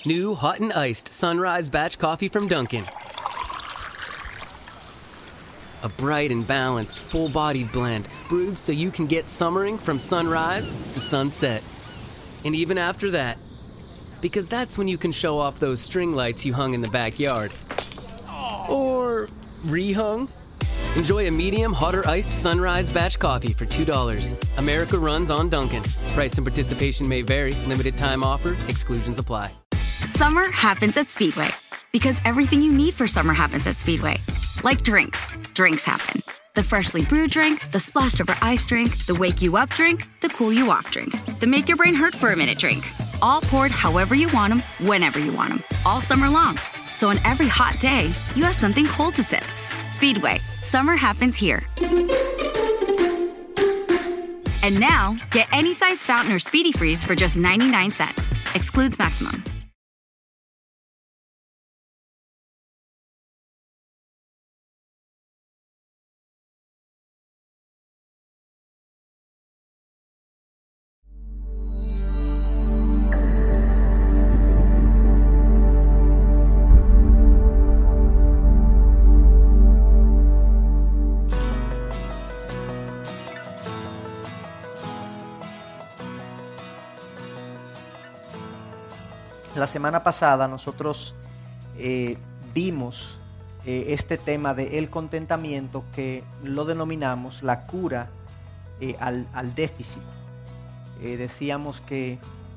New hot and iced Sunrise Batch Coffee from Dunkin'. A bright and balanced, full-bodied blend brewed so you can get summering from sunrise to sunset. And even after that, because that's when you can show off those string lights you hung in the backyard. Or rehung. Enjoy a medium, hotter iced Sunrise Batch Coffee for $2. America runs on Dunkin'. Price and participation may vary. Limited time offer. Exclusions apply. Summer happens at Speedway because everything you need for summer happens at Speedway. Like drinks. Drinks happen. The freshly brewed drink, the splashed over ice drink, the wake you up drink, the cool you off drink, the make your brain hurt for a minute drink. All poured however you want them, whenever you want them, all summer long. So on every hot day, you have something cold to sip. Speedway, summer happens here. And now, get any size fountain or Speedy Freeze for just 99 cents. Excludes maximum. La semana pasada nosotros vimos este tema de el contentamiento, que lo denominamos la cura al déficit. Decíamos que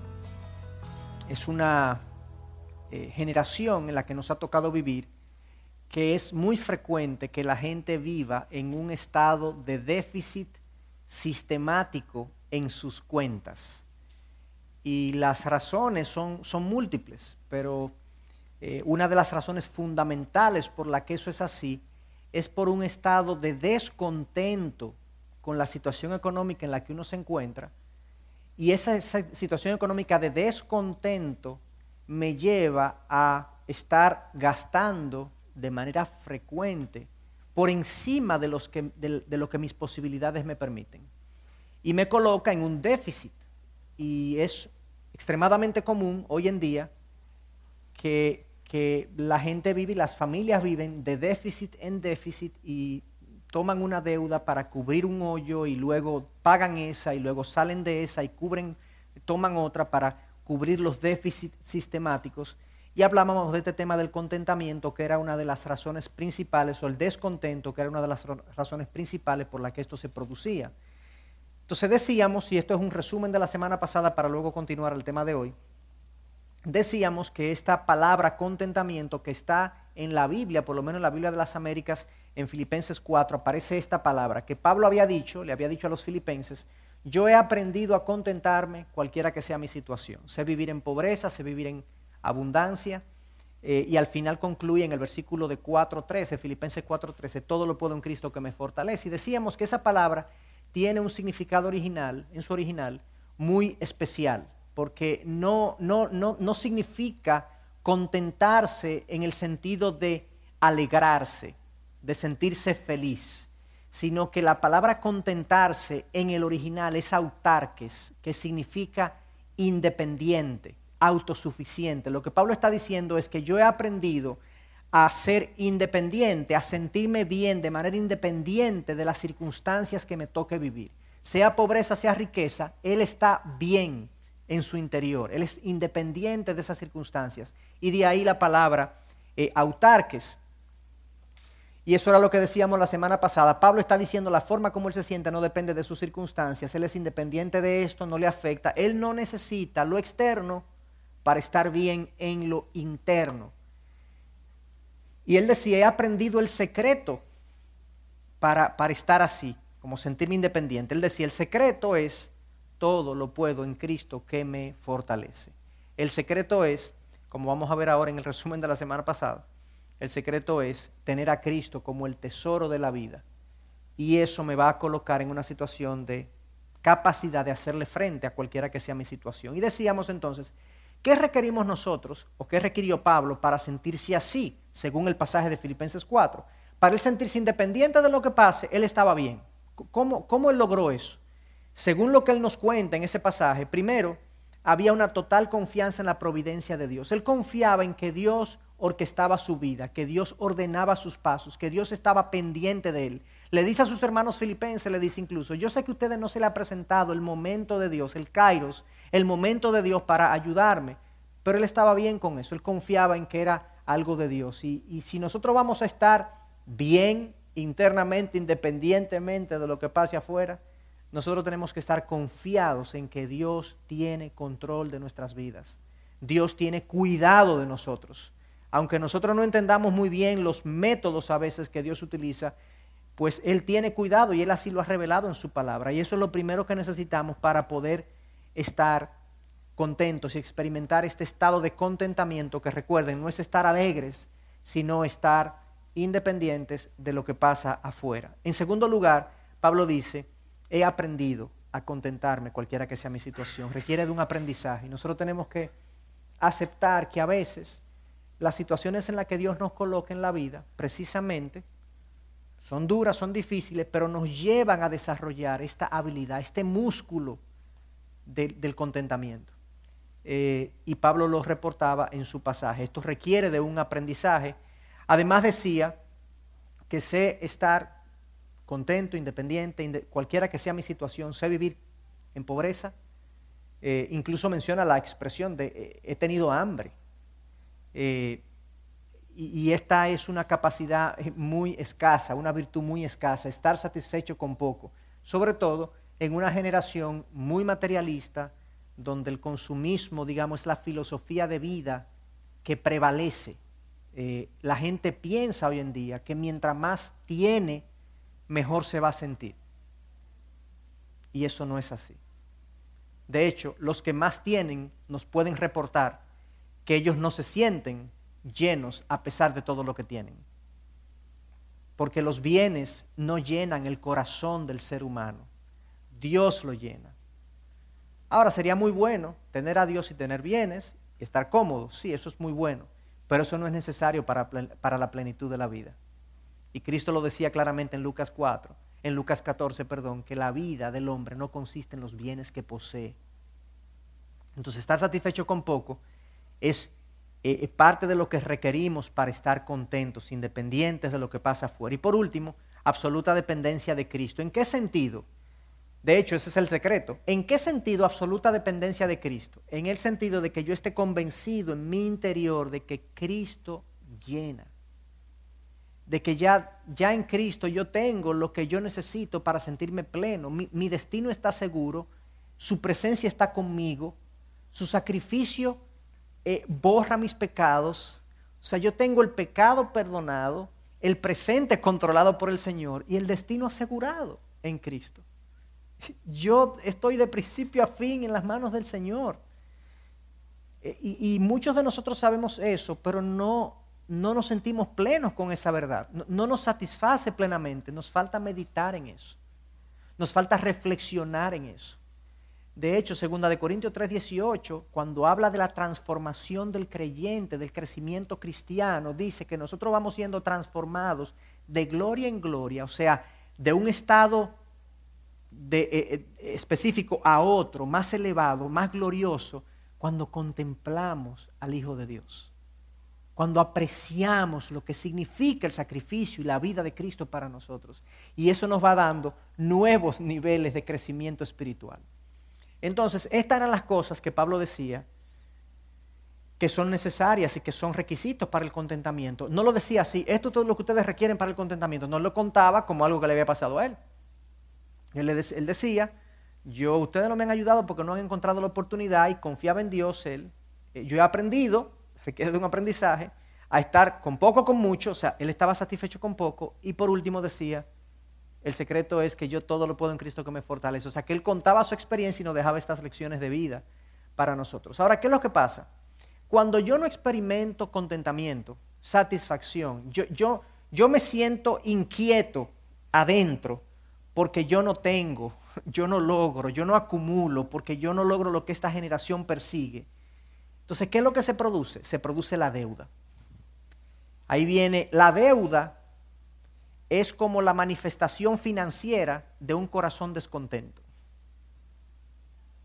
es una generación en la que nos ha tocado vivir, que es muy frecuente que la gente viva en un estado de déficit sistemático en sus cuentas. Y las razones son múltiples, pero una de las razones fundamentales por la que eso es así es por un estado de descontento con la situación económica en la que uno se encuentra. Y esa situación económica de descontento me lleva a estar gastando de manera frecuente por encima de lo que mis posibilidades me permiten. Y me coloca en un déficit. Y es extremadamente común hoy en día que la gente vive y las familias viven de déficit en déficit y toman una deuda para cubrir un hoyo y luego pagan esa y luego salen de esa y toman otra para cubrir los déficits sistemáticos. Y hablábamos de este tema del contentamiento, que era una de las razones principales, o el descontento, que era una de las razones principales por las que esto se producía. Entonces decíamos, y esto es un resumen de la semana pasada para luego continuar el tema de hoy, decíamos que esta palabra contentamiento que está en la Biblia, por lo menos en la Biblia de las Américas, en Filipenses 4, aparece esta palabra que Pablo le había dicho a los filipenses: yo he aprendido a contentarme cualquiera que sea mi situación. Sé vivir en pobreza, sé vivir en abundancia, y al final concluye en el versículo de 4:13, Filipenses 4:13, todo lo puedo en Cristo que me fortalece. Y decíamos que esa palabra tiene un significado original, en su original, muy especial, porque no significa contentarse en el sentido de alegrarse, de sentirse feliz, sino que la palabra contentarse en el original es autarques, que significa independiente, autosuficiente. Lo que Pablo está diciendo es que yo he aprendido a ser independiente, a sentirme bien de manera independiente de las circunstancias que me toque vivir. Sea pobreza, sea riqueza, él está bien en su interior, él es independiente de esas circunstancias. Y de ahí la palabra autarques. Y eso era lo que decíamos la semana pasada. Pablo está diciendo la forma como él se siente no depende de sus circunstancias, él es independiente de esto, no le afecta, él no necesita lo externo para estar bien en lo interno. Y él decía, he aprendido el secreto para estar así, como sentirme independiente. Él decía, el secreto es, todo lo puedo en Cristo que me fortalece. El secreto es, como vamos a ver ahora en el resumen de la semana pasada, el secreto es tener a Cristo como el tesoro de la vida. Y eso me va a colocar en una situación de capacidad de hacerle frente a cualquiera que sea mi situación. Y decíamos entonces, ¿qué requerimos nosotros o qué requirió Pablo para sentirse así, según el pasaje de Filipenses 4? Para él sentirse independiente de lo que pase, él estaba bien. ¿Cómo él logró eso? Según lo que él nos cuenta en ese pasaje, primero, había una total confianza en la providencia de Dios. Él confiaba en que Dios orquestaba su vida, que Dios ordenaba sus pasos, que Dios estaba pendiente de él. Le dice a sus hermanos filipenses, le dice incluso, yo sé que a ustedes no se le ha presentado el momento de Dios, el kairos, el momento de Dios para ayudarme, pero él estaba bien con eso, él confiaba en que era algo de Dios. Y si nosotros vamos a estar bien internamente, independientemente de lo que pase afuera, nosotros tenemos que estar confiados en que Dios tiene control de nuestras vidas. Dios tiene cuidado de nosotros. Aunque nosotros no entendamos muy bien los métodos a veces que Dios utiliza, pues Él tiene cuidado y Él así lo ha revelado en su palabra. Y eso es lo primero que necesitamos para poder estar contentos y experimentar este estado de contentamiento que, recuerden, no es estar alegres, sino estar independientes de lo que pasa afuera. En segundo lugar, Pablo dice, he aprendido a contentarme cualquiera que sea mi situación. Requiere de un aprendizaje y nosotros tenemos que aceptar que a veces las situaciones en las que Dios nos coloca en la vida, precisamente, son duras, son difíciles, pero nos llevan a desarrollar esta habilidad, este músculo del contentamiento. Y Pablo lo reportaba en su pasaje. Esto requiere de un aprendizaje. Además decía que sé estar contento, independiente, cualquiera que sea mi situación, sé vivir en pobreza. Incluso menciona la expresión de he tenido hambre. Y esta es una capacidad muy escasa, una virtud muy escasa, estar satisfecho con poco, sobre todo en una generación muy materialista, donde el consumismo, digamos, es la filosofía de vida que prevalece. La gente piensa hoy en día que mientras más tiene, mejor se va a sentir. Y eso no es así. De hecho, los que más tienen nos pueden reportar que ellos no se sienten llenos a pesar de todo lo que tienen. Porque los bienes no llenan el corazón del ser humano. Dios lo llena. Ahora, sería muy bueno tener a Dios y tener bienes y estar cómodo. Sí, eso es muy bueno. Pero eso no es necesario para la plenitud de la vida. Y Cristo lo decía claramente en Lucas 14, que la vida del hombre no consiste en los bienes que posee. Entonces, estar satisfecho con poco es parte de lo que requerimos para estar contentos, independientes de lo que pasa afuera. Y por último, absoluta dependencia de Cristo. ¿En qué sentido? De hecho, ese es el secreto. ¿En qué sentido absoluta dependencia de Cristo? En el sentido de que yo esté convencido en mi interior de que Cristo llena. De que ya en Cristo yo tengo lo que yo necesito para sentirme pleno. Mi destino está seguro, su presencia está conmigo, su sacrificio borra mis pecados. O sea, yo tengo el pecado perdonado, el presente controlado por el Señor y el destino asegurado en Cristo. Yo estoy de principio a fin en las manos del Señor. Y muchos de nosotros sabemos eso, pero no nos sentimos plenos con esa verdad. No nos satisface plenamente. Nos falta meditar en eso. Nos falta reflexionar en eso. De hecho, 2 Corintios 3:18, cuando habla de la transformación del creyente, del crecimiento cristiano, dice que nosotros vamos siendo transformados de gloria en gloria, o sea, de un estado específico a otro, más elevado, más glorioso, cuando contemplamos al Hijo de Dios. Cuando apreciamos lo que significa el sacrificio y la vida de Cristo para nosotros. Y eso nos va dando nuevos niveles de crecimiento espiritual. Entonces, estas eran las cosas que Pablo decía que son necesarias y que son requisitos para el contentamiento. No lo decía así, esto es todo lo que ustedes requieren para el contentamiento. No lo contaba como algo que le había pasado a él. Él decía, ustedes no me han ayudado porque no han encontrado la oportunidad y confiaba en Dios. Yo he aprendido, requiere de un aprendizaje, a estar con poco, con mucho. O sea, él estaba satisfecho con poco. Y por último decía, el secreto es que yo todo lo puedo en Cristo que me fortalece. O sea, que él contaba su experiencia y nos dejaba estas lecciones de vida para nosotros. Ahora, ¿qué es lo que pasa? Cuando yo no experimento contentamiento, satisfacción, yo me siento inquieto adentro porque yo no tengo, yo no logro, yo no acumulo, porque yo no logro lo que esta generación persigue. Entonces, ¿qué es lo que se produce? Se produce la deuda. Ahí viene la deuda. Es como la manifestación financiera de un corazón descontento.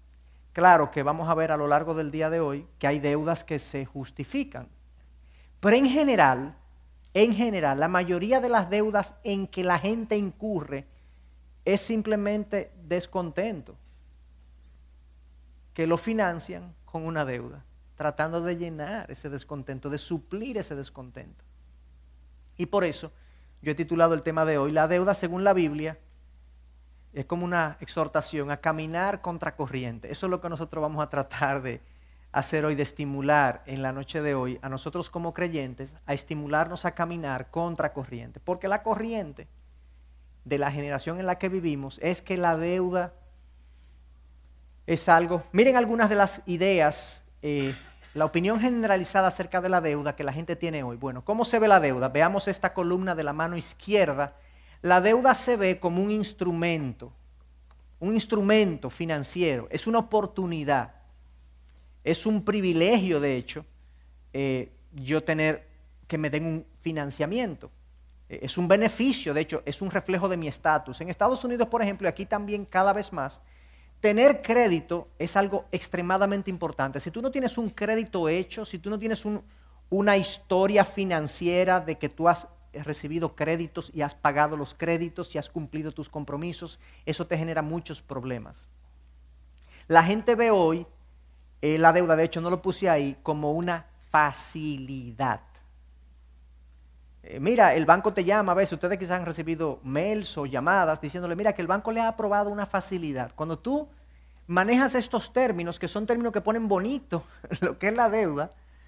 claro que vamos a ver a lo largo del día de hoy que hay deudas que se justifican. Pero en general, la mayoría de las deudas en que la gente incurre es simplemente descontento, que lo financian con una deuda, tratando de llenar ese descontento, de suplir ese descontento. Y por eso yo he titulado el tema de hoy, la deuda según la Biblia es como una exhortación a caminar contracorriente. Eso es lo que nosotros vamos a tratar de hacer hoy, de estimular en la noche de hoy a nosotros como creyentes, a estimularnos a caminar contracorriente. Porque la corriente de la generación en la que vivimos es que la deuda es algo. Miren algunas de las ideas, la opinión generalizada acerca de la deuda que la gente tiene hoy. Bueno, ¿cómo se ve la deuda? Veamos esta columna de la mano izquierda. La deuda se ve como un instrumento financiero, es una oportunidad, es un privilegio, de hecho, yo tener que me den un financiamiento. Es un beneficio, de hecho, es un reflejo de mi estatus. En Estados Unidos, por ejemplo, y aquí también cada vez más, tener crédito es algo extremadamente importante. Si tú no tienes un crédito hecho, si tú no tienes una historia financiera de que tú has recibido créditos y has pagado los créditos y has cumplido tus compromisos, eso te genera muchos problemas. La gente ve hoy la deuda, de hecho no lo puse ahí, como una facilidad. Mira, el banco te llama, a veces ustedes quizás han recibido mails o llamadas diciéndole, mira que el banco le ha aprobado una facilidad. Cuando tú manejas estos términos, que son términos que ponen bonito lo que es la deuda,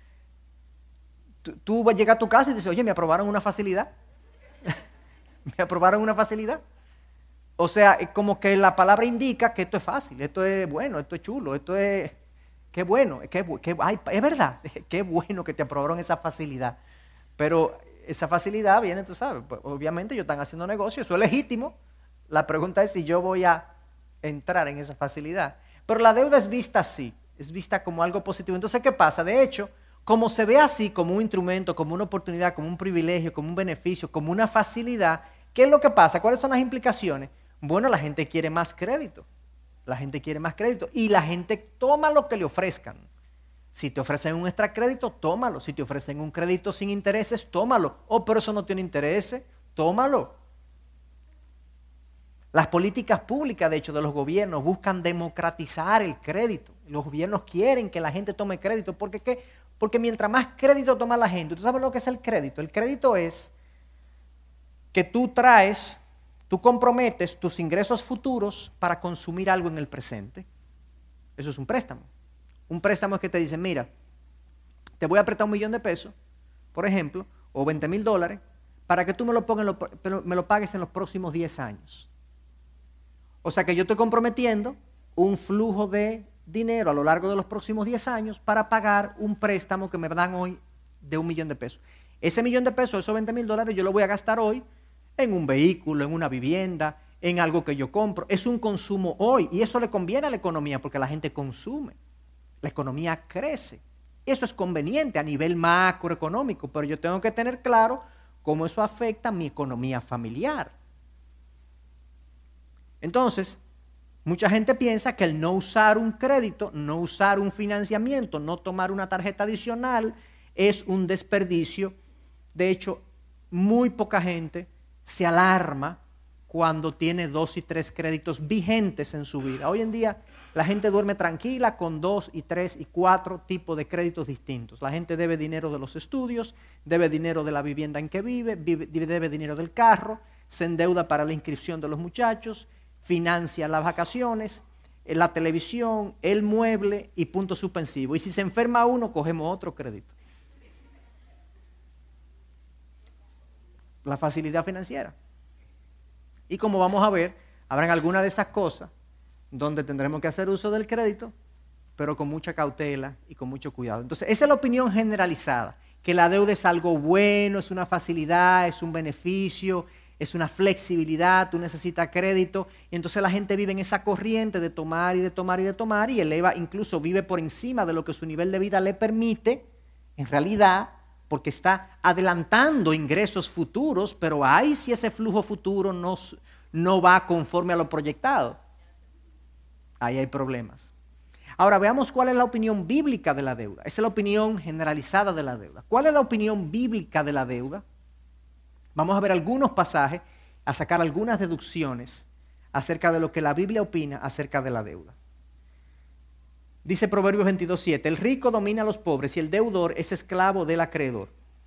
tú vas a llegar a tu casa y dices, oye, me aprobaron una facilidad. Me aprobaron una facilidad. O sea, como que la palabra indica que esto es fácil, esto es bueno, esto es chulo, esto es, qué bueno, ay, es verdad, qué bueno que te aprobaron esa facilidad. Pero esa facilidad viene, tú sabes, pues, obviamente ellos están haciendo negocio, eso es legítimo. La pregunta es si yo voy a entrar en esa facilidad. Pero la deuda es vista así, es vista como algo positivo. Entonces, ¿qué pasa? De hecho, como se ve así, como un instrumento, como una oportunidad, como un privilegio, como un beneficio, como una facilidad, ¿qué es lo que pasa? ¿Cuáles son las implicaciones? Bueno, la gente quiere más crédito. La gente quiere más crédito y la gente toma lo que le ofrezcan. Si te ofrecen un extra crédito, tómalo. Si te ofrecen un crédito sin intereses, tómalo. Oh, pero eso no tiene intereses, tómalo. Las políticas públicas, de hecho, de los gobiernos buscan democratizar el crédito. Los gobiernos quieren que la gente tome crédito. ¿Por qué? Porque mientras más crédito toma la gente, ¿tú sabes lo que es el crédito? El crédito es que tú comprometes tus ingresos futuros para consumir algo en el presente. Eso es un préstamo. Un préstamo es que te dicen, mira, te voy a prestar $1,000,000, por ejemplo, o $20,000, para que tú me lo pagues en los próximos 10 años. O sea que yo estoy comprometiendo un flujo de dinero a lo largo de los próximos 10 años para pagar un préstamo que me dan hoy de $1,000,000. Ese $1,000,000, esos $20,000, yo lo voy a gastar hoy en un vehículo, en una vivienda, en algo que yo compro. Es un consumo hoy y eso le conviene a la economía porque la gente consume. La economía crece. Eso es conveniente a nivel macroeconómico, pero yo tengo que tener claro cómo eso afecta a mi economía familiar. Entonces, mucha gente piensa que el no usar un crédito, no usar un financiamiento, no tomar una tarjeta adicional es un desperdicio. De hecho, muy poca gente se alarma cuando tiene 2 y 3 créditos vigentes en su vida. Hoy en día la gente duerme tranquila con 2 y 3 y 4 tipos de créditos distintos. La gente debe dinero de los estudios, debe dinero de la vivienda en que vive, debe dinero del carro, se endeuda para la inscripción de los muchachos, financia las vacaciones, la televisión, el mueble y punto suspensivo. Y si se enferma uno, cogemos otro crédito. La facilidad financiera. Y como vamos a ver, habrán algunas de esas cosas donde tendremos que hacer uso del crédito, pero con mucha cautela y con mucho cuidado. Entonces, esa es la opinión generalizada, que la deuda es algo bueno, es una facilidad, es un beneficio, es una flexibilidad, tú necesitas crédito, y entonces la gente vive en esa corriente de tomar y de tomar y de tomar, y eleva, incluso vive por encima de lo que su nivel de vida le permite, en realidad, porque está adelantando ingresos futuros, pero ahí si ese flujo futuro no va conforme a lo proyectado. Ahí hay problemas. Ahora veamos cuál es la opinión bíblica de la deuda. Esa es la opinión generalizada de la deuda. ¿Cuál es la opinión bíblica de la deuda? Vamos a ver algunos pasajes, a sacar algunas deducciones acerca de lo que la Biblia opina acerca de la deuda. Dice Proverbios 22:7, el rico domina a los pobres y el deudor es esclavo del acreedor.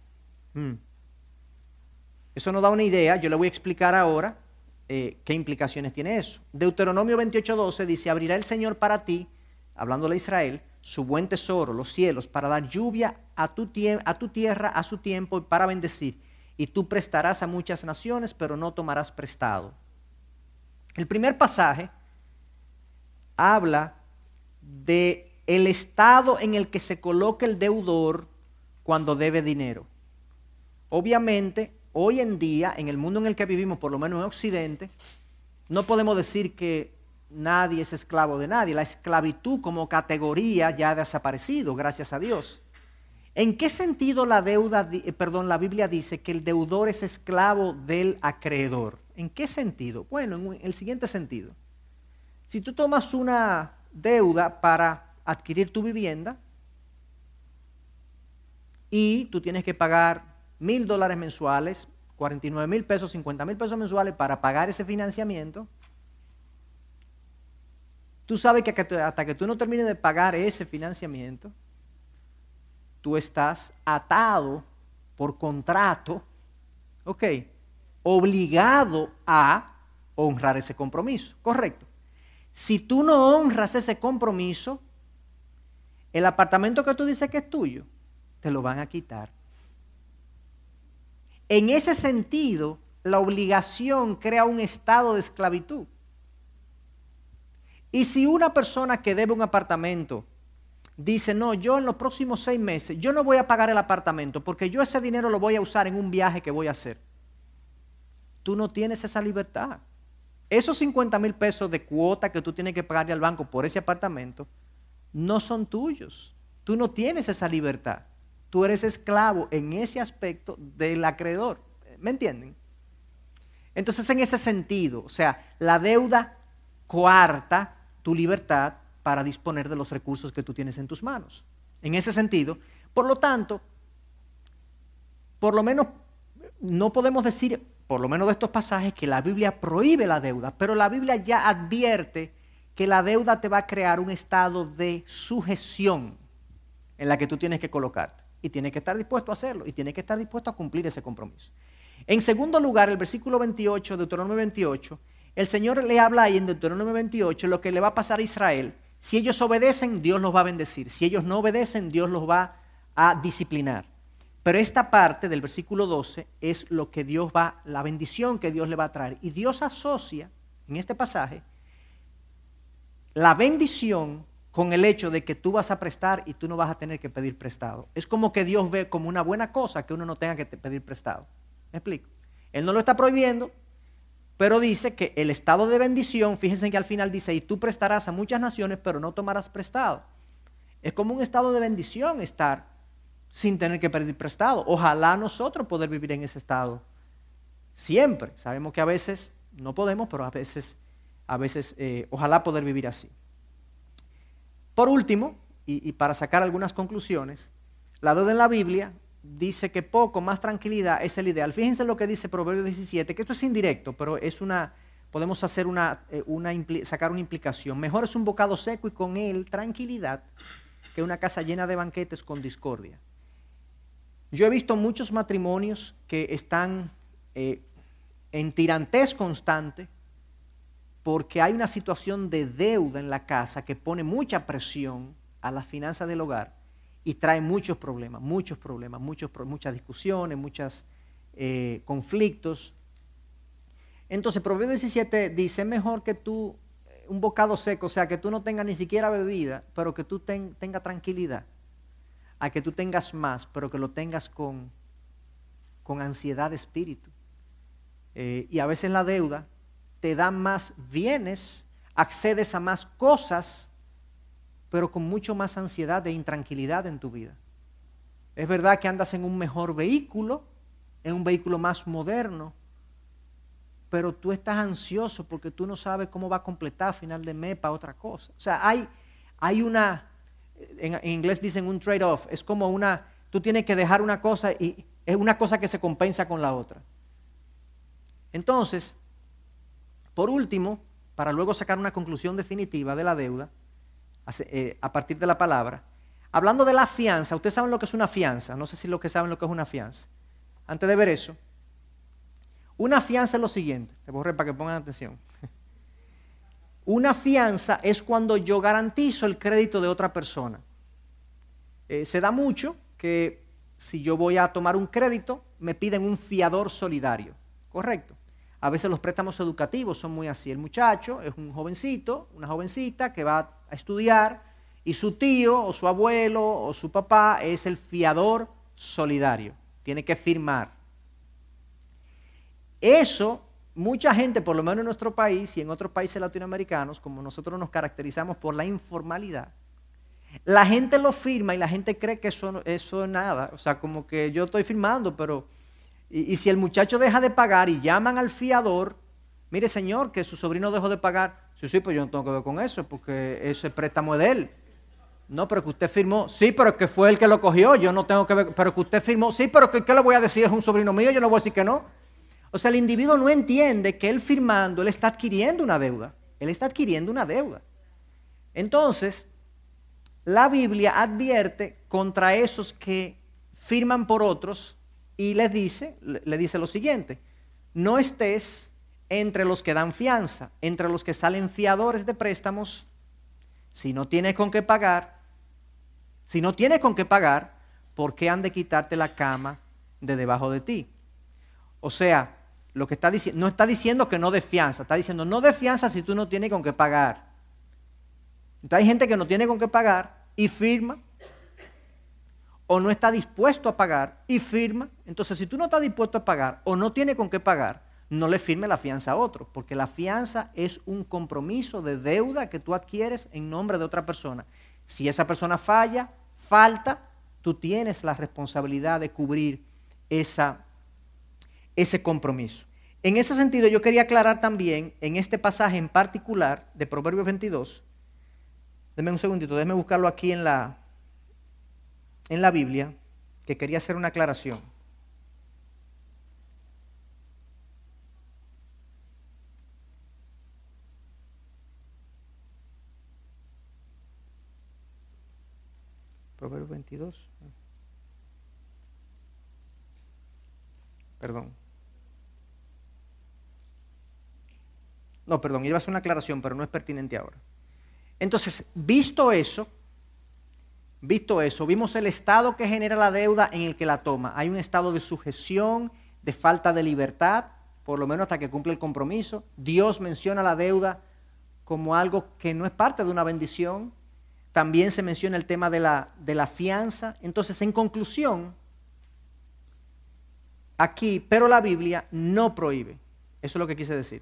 Eso nos da una idea, yo le voy a explicar ahora qué implicaciones tiene eso. Deuteronomio 28:12 dice, abrirá el Señor para ti, hablándole a Israel, su buen tesoro, los cielos, para dar lluvia a tu tierra a su tiempo y para bendecir. Y tú prestarás a muchas naciones, pero no tomarás prestado. El primer pasaje habla de el estado en el que se coloca el deudor cuando debe dinero. Obviamente, hoy en día, en el mundo en el que vivimos, por lo menos en Occidente, no podemos decir que nadie es esclavo de nadie. La esclavitud como categoría ya ha desaparecido, gracias a Dios. ¿En qué sentido la Biblia dice que el deudor es esclavo del acreedor? ¿En qué sentido? Bueno, en el siguiente sentido. Si tú tomas una deuda para adquirir tu vivienda y tú tienes que pagar $1,000 mensuales, 49,000 pesos, 50,000 pesos mensuales para pagar ese financiamiento, tú sabes que hasta que tú no termines de pagar ese financiamiento, tú estás atado por contrato, obligado a honrar ese compromiso, ¿correcto? Si tú no honras ese compromiso, el apartamento que tú dices que es tuyo, te lo van a quitar. En ese sentido, la obligación crea un estado de esclavitud. Y si una persona que debe un apartamento dice, no, yo en los próximos 6 meses, yo no voy a pagar el apartamento porque yo ese dinero lo voy a usar en un viaje que voy a hacer. Tú no tienes esa libertad. Esos 50,000 pesos de cuota que tú tienes que pagarle al banco por ese apartamento no son tuyos. Tú no tienes esa libertad. Tú eres esclavo en ese aspecto del acreedor. ¿Me entienden? Entonces, en ese sentido, o sea, la deuda coarta tu libertad para disponer de los recursos que tú tienes en tus manos. En ese sentido, por lo tanto, por lo menos no podemos decir, por lo menos de estos pasajes, que la Biblia prohíbe la deuda, pero la Biblia ya advierte que la deuda te va a crear un estado de sujeción en la que tú tienes que colocarte y tienes que estar dispuesto a hacerlo y tienes que estar dispuesto a cumplir ese compromiso. En segundo lugar, el versículo 28, Deuteronomio 28, el Señor le habla ahí en Deuteronomio 28 lo que le va a pasar a Israel. Si ellos obedecen, Dios los va a bendecir. Si ellos no obedecen, Dios los va a disciplinar. Pero esta parte del versículo 12 es lo que Dios va, la bendición que Dios le va a traer. Y Dios asocia en este pasaje la bendición con el hecho de que tú vas a prestar y tú no vas a tener que pedir prestado. Es como que Dios ve como una buena cosa que uno no tenga que pedir prestado. ¿Me explico? Él no lo está prohibiendo, pero dice que el estado de bendición, fíjense que al final dice, y tú prestarás a muchas naciones, pero no tomarás prestado. Es como un estado de bendición estar sin tener que pedir prestado. Ojalá nosotros poder vivir en ese estado siempre. Sabemos que a veces no podemos, pero a veces ojalá poder vivir así. Por último, y para sacar algunas conclusiones, la deuda en la Biblia dice que poco más tranquilidad es el ideal. Fíjense lo que dice Proverbios 17, que esto es indirecto, pero podemos hacer sacar una implicación. Mejor es un bocado seco y con él tranquilidad que una casa llena de banquetes con discordia. Yo he visto muchos matrimonios que están en tirantez constante porque hay una situación de deuda en la casa que pone mucha presión a las finanzas del hogar y trae muchos problemas, muchas discusiones, muchos conflictos. Entonces, Proverbios 17 dice, mejor que tú, un bocado seco, o sea, que tú no tengas ni siquiera bebida, pero que tú tengas tranquilidad, a que tú tengas más, pero que lo tengas con ansiedad de espíritu. Y a veces la deuda te da más bienes, accedes a más cosas, pero con mucho más ansiedad e intranquilidad en tu vida. Es verdad que andas en un mejor vehículo, en un vehículo más moderno, pero tú estás ansioso porque tú no sabes cómo va a completar a final de mes para otra cosa. O sea, hay en inglés dicen un trade-off, es como tú tienes que dejar una cosa y es una cosa que se compensa con la otra. Entonces, por último, para luego sacar una conclusión definitiva de la deuda, a partir de la palabra, hablando de la fianza, ustedes saben lo que es una fianza, no sé si lo que saben lo que es una fianza. Antes de ver eso, una fianza es lo siguiente, le borré para que pongan atención. Una fianza es cuando yo garantizo el crédito de otra persona. Se da mucho que si yo voy a tomar un crédito, me piden un fiador solidario, ¿correcto? A veces los préstamos educativos son muy así. El muchacho es un jovencito, una jovencita que va a estudiar y su tío o su abuelo o su papá es el fiador solidario. Tiene que firmar. Eso, mucha gente, por lo menos en nuestro país y en otros países latinoamericanos, como nosotros nos caracterizamos por la informalidad, la gente lo firma y la gente cree que eso es nada. O sea, como que yo estoy firmando, pero... Y si el muchacho deja de pagar y llaman al fiador, mire señor, que su sobrino dejó de pagar. Sí, pues yo no tengo que ver con eso, porque ese préstamo es de él. No, pero que usted firmó. Sí, pero que fue él que lo cogió, yo no tengo que ver. Pero que usted firmó. Sí, pero ¿qué le voy a decir? Es un sobrino mío, yo no voy a decir que no. O sea, el individuo no entiende que él firmando, él está adquiriendo una deuda. Él está adquiriendo una deuda. Entonces, la Biblia advierte contra esos que firman por otros y le dice lo siguiente: no estés entre los que dan fianza, entre los que salen fiadores de préstamos, si no tienes con qué pagar, ¿por qué han de quitarte la cama de debajo de ti? O sea, lo que está diciendo, no está diciendo que no des fianza, está diciendo no des fianza si tú no tienes con qué pagar. Entonces hay gente que no tiene con qué pagar y firma, o no está dispuesto a pagar y firma. Entonces, si tú no estás dispuesto a pagar o no tienes con qué pagar, no le firme la fianza a otro, porque la fianza es un compromiso de deuda que tú adquieres en nombre de otra persona. Si esa persona falta, tú tienes la responsabilidad de cubrir ese compromiso. En ese sentido, yo quería aclarar también, en este pasaje en particular de Proverbios 22, denme un segundito, déjeme buscarlo aquí en la Biblia, que quería hacer una aclaración. Proverbios 22. Perdón. No, perdón, iba a hacer una aclaración, pero no es pertinente ahora. Entonces, visto eso, vimos el estado que genera la deuda en el que la toma. Hay un estado de sujeción, de falta de libertad, por lo menos hasta que cumple el compromiso. Dios menciona la deuda como algo que no es parte de una bendición. También se menciona el tema de la fianza. Entonces, en conclusión, aquí, pero la Biblia no prohíbe. Eso es lo que quise decir.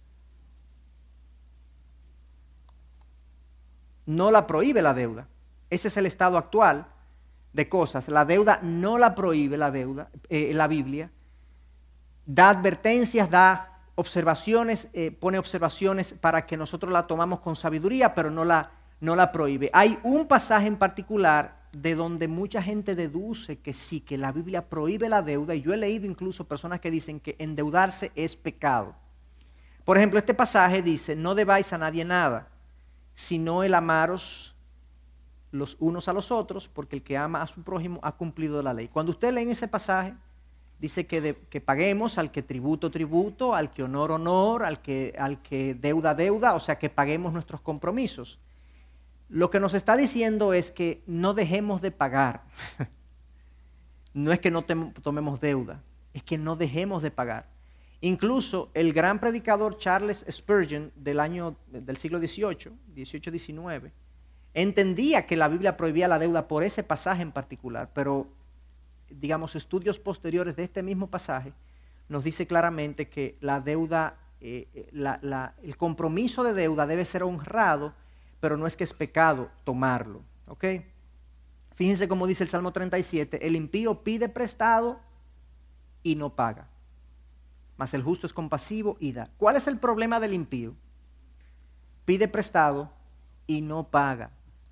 No la prohíbe la deuda. Ese es el estado actual de cosas. La deuda no la prohíbe la Biblia. Da advertencias, da observaciones, pone observaciones para que nosotros la tomamos con sabiduría, pero no la prohíbe. Hay un pasaje en particular de donde mucha gente deduce que sí, que la Biblia prohíbe la deuda, y yo he leído incluso personas que dicen que endeudarse es pecado. Por ejemplo, este pasaje dice: no debáis a nadie nada, sino el amaros los unos a los otros, porque el que ama a su prójimo ha cumplido la ley. Cuando usted lee en ese pasaje, dice que paguemos al que tributo, al que honor, al que deuda, o sea, que paguemos nuestros compromisos. Lo que nos está diciendo es que no dejemos de pagar. No es que no tomemos deuda, es que no dejemos de pagar. Incluso el gran predicador Charles Spurgeon del siglo XVIII, entendía que la Biblia prohibía la deuda por ese pasaje en particular, pero digamos estudios posteriores de este mismo pasaje nos dice claramente que la deuda, el compromiso de deuda debe ser honrado, pero no es que es pecado tomarlo, ¿ok? Fíjense cómo dice el Salmo 37, el impío pide prestado y no paga, mas el justo es compasivo y da. ¿Cuál es el problema del impío? Pide prestado y no paga.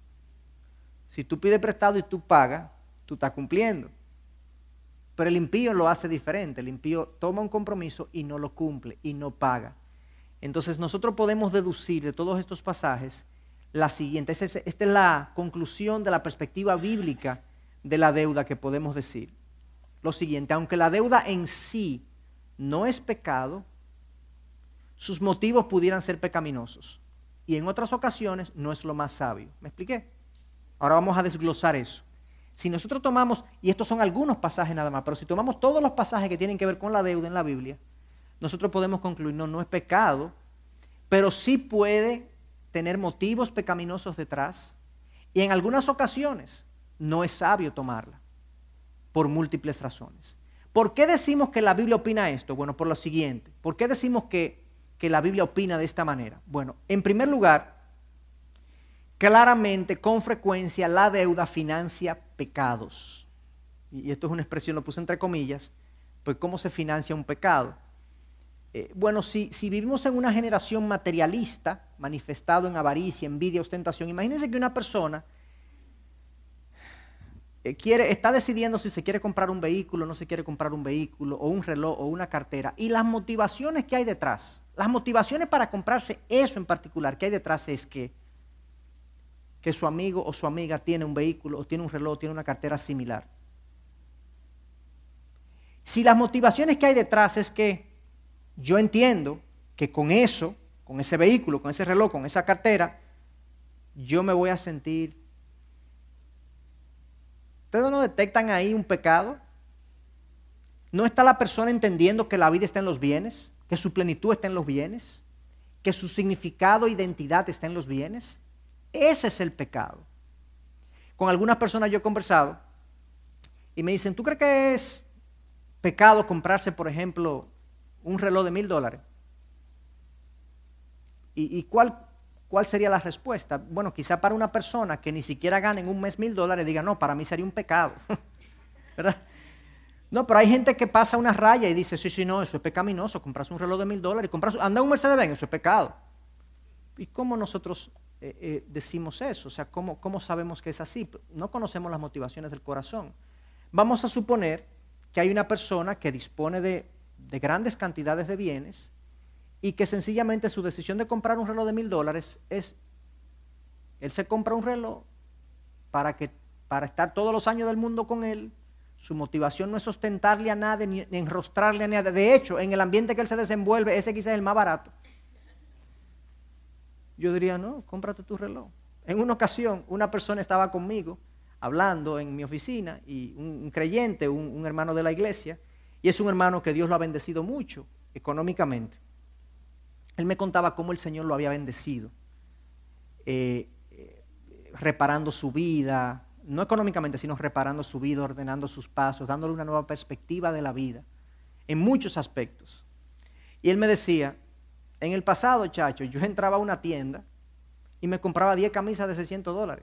Si tú pides prestado y tú pagas, tú estás cumpliendo. Pero el impío lo hace diferente. El impío toma un compromiso y no lo cumple y no paga. Entonces nosotros podemos deducir de todos estos pasajes la siguiente. Esta es la conclusión de la perspectiva bíblica de la deuda que podemos decir. Lo siguiente, aunque la deuda en sí no es pecado, sus motivos pudieran ser pecaminosos. Y en otras ocasiones no es lo más sabio. ¿Me expliqué? Ahora vamos a desglosar eso. Si nosotros tomamos, y estos son algunos pasajes nada más, pero si tomamos todos los pasajes que tienen que ver con la deuda en la Biblia, nosotros podemos concluir, no es pecado, pero sí puede tener motivos pecaminosos detrás, y en algunas ocasiones no es sabio tomarla, por múltiples razones. ¿Por qué decimos que la Biblia opina esto? Bueno, por lo siguiente. ¿Por qué decimos que la Biblia opina de esta manera? Bueno, en primer lugar, claramente, con frecuencia, la deuda financia pecados. Y esto es una expresión, lo puse entre comillas, pues ¿cómo se financia un pecado? Bueno, si vivimos en una generación materialista, manifestado en avaricia, envidia, ostentación, imagínense que una persona está decidiendo si se quiere comprar un vehículo, no se quiere comprar un vehículo, o un reloj, o una cartera, y las motivaciones que hay detrás, las motivaciones para comprarse eso en particular que hay detrás es que su amigo o su amiga tiene un vehículo, o tiene un reloj, o tiene una cartera similar. Si las motivaciones que hay detrás es que yo entiendo que con eso, con ese vehículo, con ese reloj, con esa cartera, yo me voy a sentir. ¿Ustedes no detectan ahí un pecado? ¿No está la persona entendiendo que la vida está en los bienes? ¿Que su plenitud está en los bienes? ¿Que su significado e identidad está en los bienes? Ese es el pecado. Con algunas personas yo he conversado y me dicen, ¿tú crees que es pecado comprarse, por ejemplo, un reloj de $1,000? ¿Y cuál sería la respuesta? Bueno, quizá para una persona que ni siquiera gane en un mes $1,000 diga, no, para mí sería un pecado. ¿Verdad? No, pero hay gente que pasa una raya y dice, sí, no, eso es pecaminoso, comprarse un reloj de $1,000, anda un Mercedes-Benz, eso es pecado. ¿Y cómo nosotros decimos eso? O sea, ¿cómo sabemos que es así? No conocemos las motivaciones del corazón. Vamos a suponer que hay una persona que dispone de grandes cantidades de bienes y que sencillamente su decisión de comprar un reloj de $1,000 es, él se compra un reloj para estar todos los años del mundo con él. Su motivación no es ostentarle a nadie ni enrostrarle a nadie. De hecho, en el ambiente que él se desenvuelve, ese quizás es el más barato. Yo diría, no, cómprate tu reloj. En una ocasión, una persona estaba conmigo hablando en mi oficina, y un creyente, un hermano de la iglesia, y es un hermano que Dios lo ha bendecido mucho económicamente. Él me contaba cómo el Señor lo había bendecido, reparando su vida, no económicamente, sino reparando su vida, ordenando sus pasos, dándole una nueva perspectiva de la vida, en muchos aspectos. Y él me decía, en el pasado, chacho, yo entraba a una tienda y me compraba 10 camisas de $600.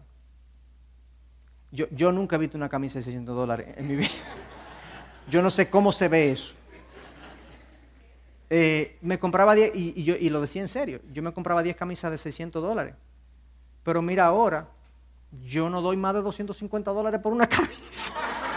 Yo nunca he visto una camisa de $600 en mi vida. Yo no sé cómo se ve eso. Me compraba 10, y lo decía en serio, yo me compraba 10 camisas de $600. Pero mira ahora, yo no doy más de $250 por una camisa.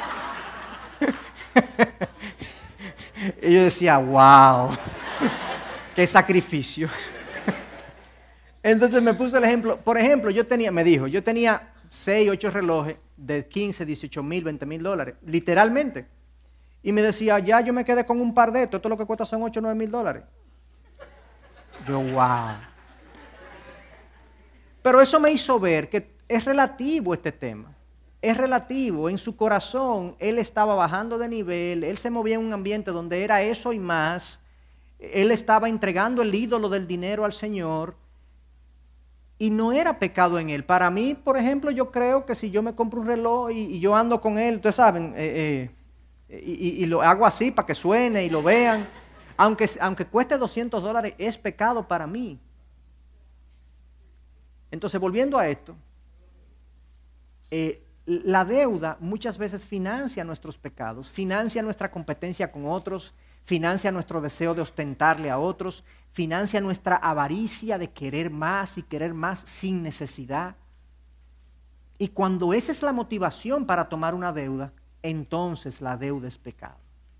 Y yo decía, wow, qué sacrificio. Entonces me puse el ejemplo. Por ejemplo, yo tenía 6, 8 relojes de 15, 18 mil, 20 mil dólares, literalmente. Y me decía, ya yo me quedé con un par de estos, esto lo que cuesta son 8, 9 mil dólares. Yo, wow. Pero eso me hizo ver que es relativo este tema. Es relativo. En su corazón, él estaba bajando de nivel, él se movía en un ambiente donde era eso y más. Él estaba entregando el ídolo del dinero al Señor y no era pecado en él. Para mí, por ejemplo, yo creo que si yo me compro un reloj y yo ando con él, ustedes saben, y lo hago así para que suene y lo vean, aunque cueste $200, es pecado para mí. Entonces, volviendo a esto, la deuda muchas veces financia nuestros pecados, financia nuestra competencia con otros, financia nuestro deseo de ostentarle a otros, financia nuestra avaricia de querer más y querer más sin necesidad. Y cuando esa es la motivación para tomar una deuda, entonces la deuda es pecado.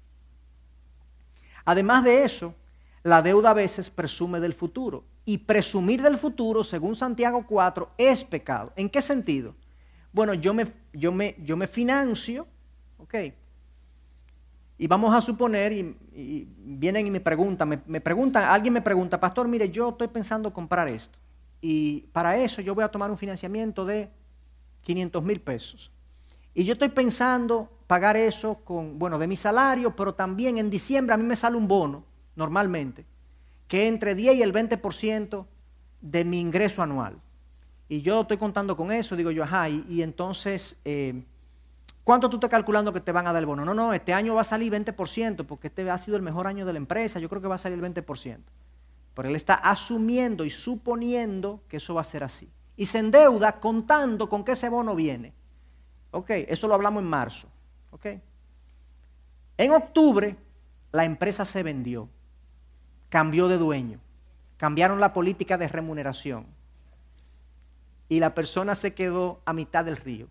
Además de eso, la deuda a veces presume del futuro. Y presumir del futuro, según Santiago 4, es pecado. ¿En qué sentido? Bueno, yo me financio, ¿ok? Y vamos a suponer, y vienen y me preguntan, alguien me pregunta, pastor, mire, yo estoy pensando comprar esto. Y para eso yo voy a tomar un financiamiento de 500,000 pesos. Y yo estoy pensando pagar eso de mi salario, pero también en diciembre a mí me sale un bono, normalmente, que es entre 10 y el 20% de mi ingreso anual. Y yo estoy contando con eso, digo yo, ajá, y entonces, ¿cuánto tú estás calculando que te van a dar el bono? No, este año va a salir 20%, porque este ha sido el mejor año de la empresa, yo creo que va a salir el 20%. Pero él está asumiendo y suponiendo que eso va a ser así. Y se endeuda contando con que ese bono viene. Ok, eso lo hablamos en marzo. Ok. En octubre, la empresa se vendió, cambió de dueño, cambiaron la política de remuneración y la persona se quedó a mitad del río.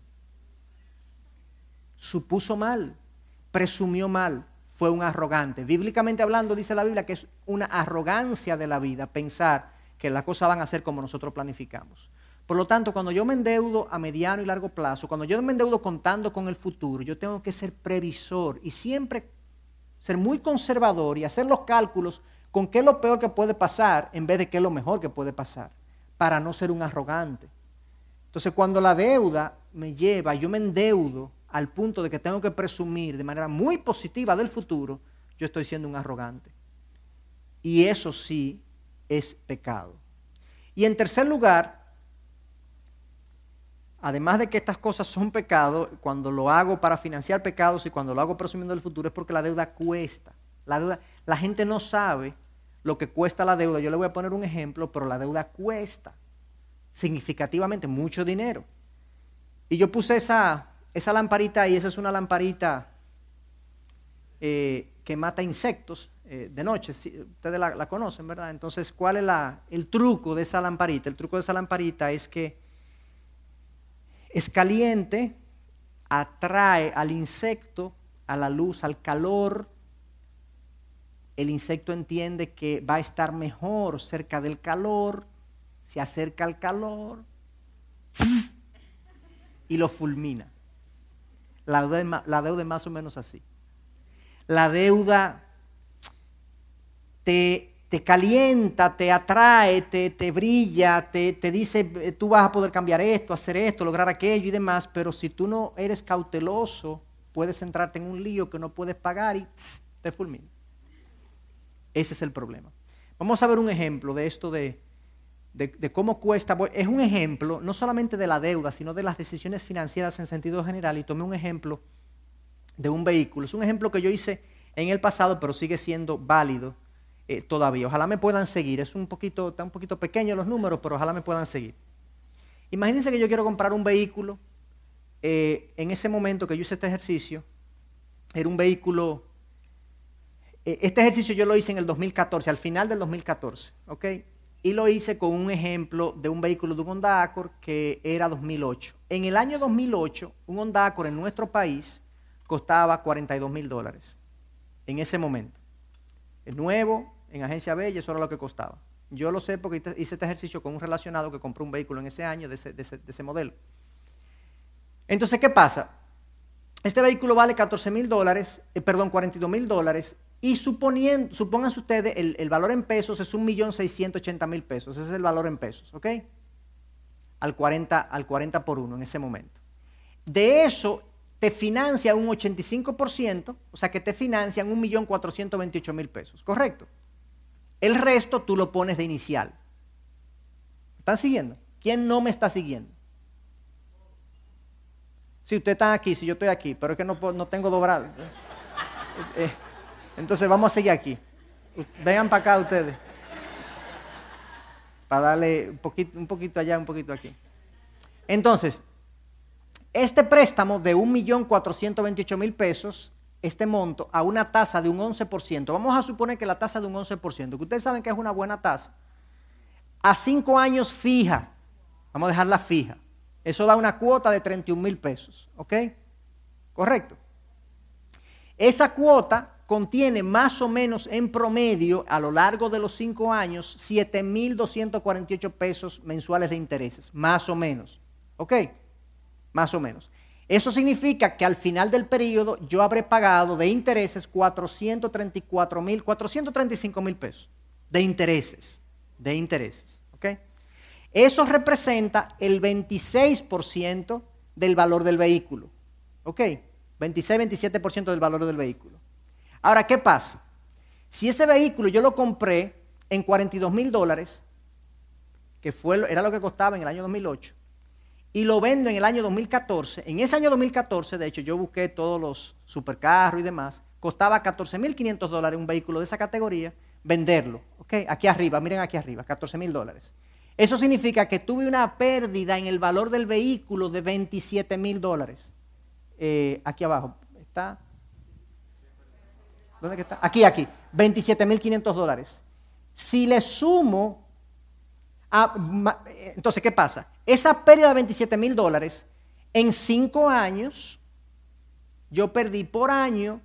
Supuso mal, presumió mal, fue un arrogante. Bíblicamente hablando, dice la Biblia que es una arrogancia de la vida pensar que las cosas van a ser como nosotros planificamos. Por lo tanto, cuando yo me endeudo a mediano y largo plazo, cuando yo me endeudo contando con el futuro, yo tengo que ser previsor y siempre ser muy conservador y hacer los cálculos con qué es lo peor que puede pasar en vez de qué es lo mejor que puede pasar, para no ser un arrogante. Entonces, cuando la deuda me lleva, yo me endeudo al punto de que tengo que presumir de manera muy positiva del futuro, yo estoy siendo un arrogante. Y eso sí es pecado. Y en tercer lugar, además de que estas cosas son pecado, cuando lo hago para financiar pecados y cuando lo hago presumiendo del futuro, es porque la deuda cuesta. La gente no sabe lo que cuesta la deuda. Yo le voy a poner un ejemplo, pero la deuda cuesta significativamente mucho dinero. Y yo puse esa lamparita ahí, esa es una lamparita que mata insectos de noche. Sí, ustedes la conocen, ¿verdad? Entonces, ¿cuál es el truco de esa lamparita? El truco de esa lamparita es que es caliente, atrae al insecto, a la luz, al calor. El insecto entiende que va a estar mejor cerca del calor, se acerca al calor y lo fulmina. La deuda es más o menos así. La deuda te calienta, te atrae, te brilla, te dice tú vas a poder cambiar esto, hacer esto, lograr aquello y demás, pero si tú no eres cauteloso, puedes entrarte en un lío que no puedes pagar y te fulmina. Ese es el problema. Vamos a ver un ejemplo de esto de cómo cuesta. Es un ejemplo no solamente de la deuda, sino de las decisiones financieras en sentido general, y tomé un ejemplo de un vehículo. Es un ejemplo que yo hice en el pasado, pero sigue siendo válido todavía. Ojalá me puedan seguir. Está un poquito pequeño los números, pero ojalá me puedan seguir. Imagínense que yo quiero comprar un vehículo. En ese momento que yo hice este ejercicio, era un vehículo. Este ejercicio yo lo hice en el 2014, al final del 2014, ¿ok? Y lo hice con un ejemplo de un vehículo de un Honda Accord que era 2008. En el año 2008, un Honda Accord en nuestro país costaba $42,000 en ese momento. El nuevo, en Agencia Bella, eso era lo que costaba. Yo lo sé porque hice este ejercicio con un relacionado que compró un vehículo en ese año de ese modelo. Entonces, ¿qué pasa? Este vehículo vale $42,000 y supónganse ustedes, el valor en pesos es 1.680.000 pesos. Ese es el valor en pesos, ¿ok? Al 40 por 1 en ese momento. De eso te financia un 85%, o sea que te financian 1.428.000 pesos, ¿correcto? El resto tú lo pones de inicial. ¿Me están siguiendo? ¿Quién no me está siguiendo? Si ustedes están aquí, si yo estoy aquí, pero es que no tengo dobrado. Entonces vamos a seguir aquí. Vengan para acá ustedes. Para darle un poquito allá, un poquito aquí. Entonces, este préstamo de 1.428.000 pesos, este monto, a una tasa de un 11%. Vamos a suponer que la tasa de un 11%, que ustedes saben que es una buena tasa. A 5 años fija. Vamos a dejarla fija. Eso da una cuota de 31,000 pesos, ¿ok? Correcto. Esa cuota contiene más o menos en promedio a lo largo de los 5 años 7,248 pesos mensuales de intereses, más o menos, ¿ok? Más o menos. Eso significa que al final del periodo yo habré pagado de intereses 435,000 pesos de intereses, ¿ok? Eso representa el 26% del valor del vehículo, ¿ok? 26-27% del valor del vehículo. Ahora, ¿qué pasa? Si ese vehículo yo lo compré en $42,000, que era lo que costaba en el año 2008, y lo vendo en el año 2014, en ese año 2014, de hecho, yo busqué todos los supercarros y demás, costaba $14,500 un vehículo de esa categoría, venderlo, ¿ok? Aquí arriba, miren aquí arriba, $14,000. Eso significa que tuve una pérdida en el valor del vehículo de $27,000. Aquí abajo, ¿está? ¿Dónde que está? Aquí, $27,500. Si le sumo, entonces, ¿qué pasa? Esa pérdida de $27,000, en 5 años, yo perdí por año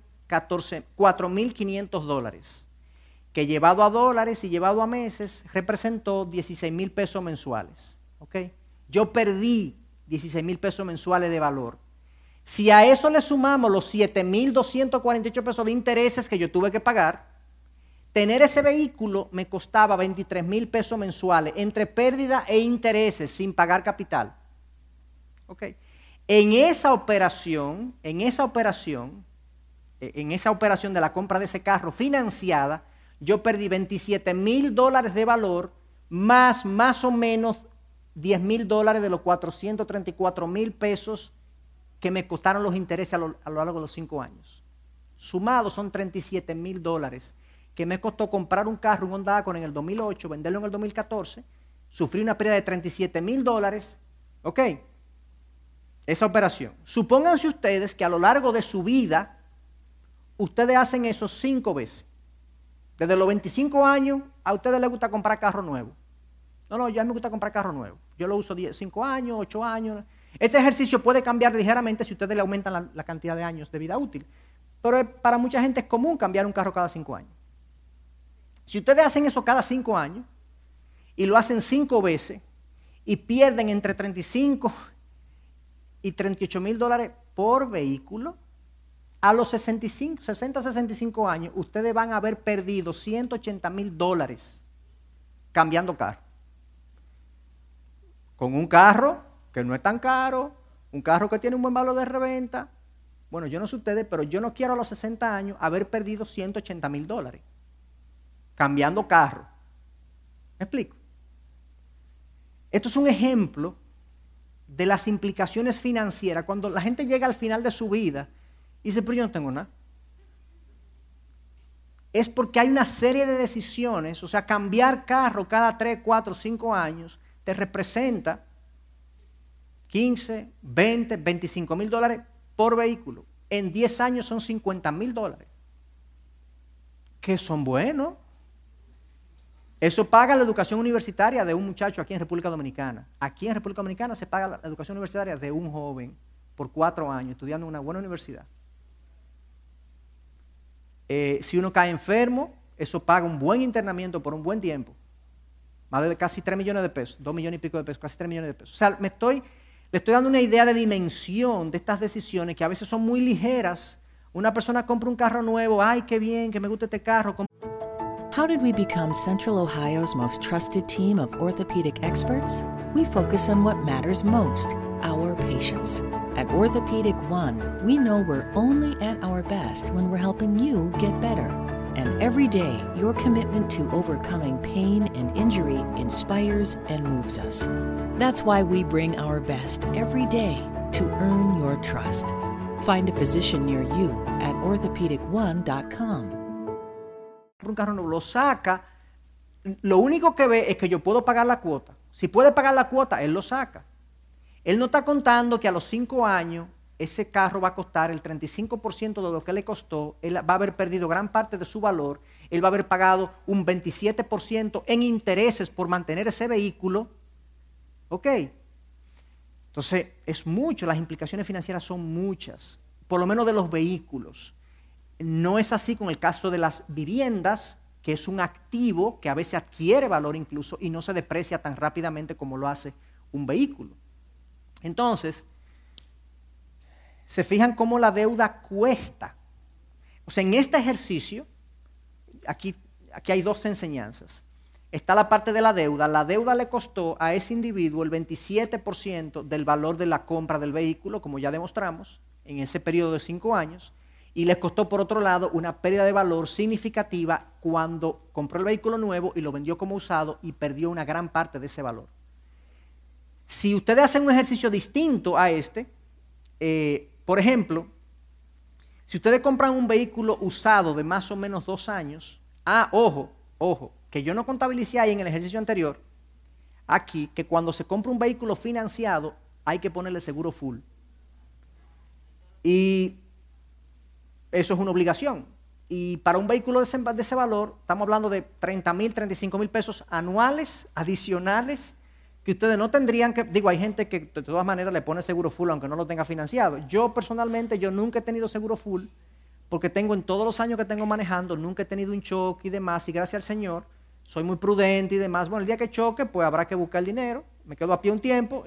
$4,500, que llevado a dólares y llevado a meses, representó 16,000 pesos mensuales, ¿ok? Yo perdí 16,000 pesos mensuales de valor. Si a eso le sumamos los 7,248 pesos de intereses que yo tuve que pagar, tener ese vehículo me costaba 23,000 pesos mensuales entre pérdida e intereses sin pagar capital. ¿Okay? En esa operación de la compra de ese carro financiada, yo perdí $27,000 de valor más o menos $10,000 de los 434,000 pesos que me costaron los intereses a lo largo de los 5 años. Sumados son $37,000 que me costó comprar un carro, un Honda Accord en el 2008, venderlo en el 2014, sufrí una pérdida de $37,000, ¿ok? Esa operación. Supónganse ustedes que a lo largo de su vida, ustedes hacen eso 5 veces. Desde los 25 años, a ustedes les gusta comprar carro nuevo. No, ya me gusta comprar carro nuevo. Yo lo uso 5 años, 8 años. Ese ejercicio puede cambiar ligeramente si ustedes le aumentan la cantidad de años de vida útil. Pero para mucha gente es común cambiar un carro cada 5 años. Si ustedes hacen eso cada 5 años y lo hacen 5 veces y pierden entre 35 y $38,000 por vehículo, a los 60-65 años ustedes van a haber perdido $180,000 cambiando carro. Con un carro que no es tan caro, un carro que tiene un buen valor de reventa. Bueno, yo no sé ustedes, pero yo no quiero a los 60 años haber perdido $180,000 cambiando carro. ¿Me explico? Esto es un ejemplo de las implicaciones financieras cuando la gente llega al final de su vida y dice, pero yo no tengo nada. Es porque hay una serie de decisiones, o sea, cambiar carro cada 3, 4, 5 años te representa 15, 20, $25,000 por vehículo. En 10 años son $50,000, que son buenos. Eso paga la educación universitaria de un muchacho aquí en República Dominicana. Aquí en República Dominicana se paga la educación universitaria de un joven por 4 años estudiando en una buena universidad. Si uno cae enfermo, eso paga un buen internamiento por un buen tiempo. Más de casi 3 millones de pesos, 2 millones y pico de pesos, casi 3 millones de pesos. O sea, le estoy dando una idea de dimensión de estas decisiones que a veces son muy ligeras. Una persona compra un carro nuevo, ay, qué bien, que me gusta este carro. How did we become Central Ohio's most trusted team of orthopedic experts? We focus on what matters most, our patients. At Orthopedic One, we know we're only at our best when we're helping you get better. And every day, your commitment to overcoming pain and injury inspires and moves us. That's why we bring our best every day to earn your trust. Find a physician near you at orthopedic1.com. Un carro nuevo lo saca, lo único que ve es que yo puedo pagar la cuota. Si puede pagar la cuota, él lo saca. Él no está contando que a los 5 años ese carro va a costar el 35% de lo que le costó, él va a haber perdido gran parte de su valor, él va a haber pagado un 27% en intereses por mantener ese vehículo. ¿Ok? Entonces, es mucho, las implicaciones financieras son muchas, por lo menos de los vehículos. No es así con el caso de las viviendas, que es un activo que a veces adquiere valor incluso y no se deprecia tan rápidamente como lo hace un vehículo. Entonces, se fijan cómo la deuda cuesta. O sea, en este ejercicio, aquí hay dos enseñanzas. Está la parte de la deuda. La deuda le costó a ese individuo el 27% del valor de la compra del vehículo, como ya demostramos, en ese periodo de 5 años. Y le costó, por otro lado, una pérdida de valor significativa cuando compró el vehículo nuevo y lo vendió como usado y perdió una gran parte de ese valor. Si ustedes hacen un ejercicio distinto a este, por ejemplo, si ustedes compran un vehículo usado de más o menos 2 años, ojo, que yo no contabilicé ahí en el ejercicio anterior, aquí, que cuando se compra un vehículo financiado hay que ponerle seguro full. Y eso es una obligación. Y para un vehículo de ese valor, estamos hablando de 30,000, 35,000 pesos anuales, adicionales, que ustedes no tendrían que, hay gente que de todas maneras le pone seguro full aunque no lo tenga financiado. Yo personalmente, nunca he tenido seguro full, porque en todos los años que tengo manejando, nunca he tenido un choque y demás, y gracias al Señor, soy muy prudente y demás. Bueno, el día que choque, pues habrá que buscar el dinero, me quedo a pie un tiempo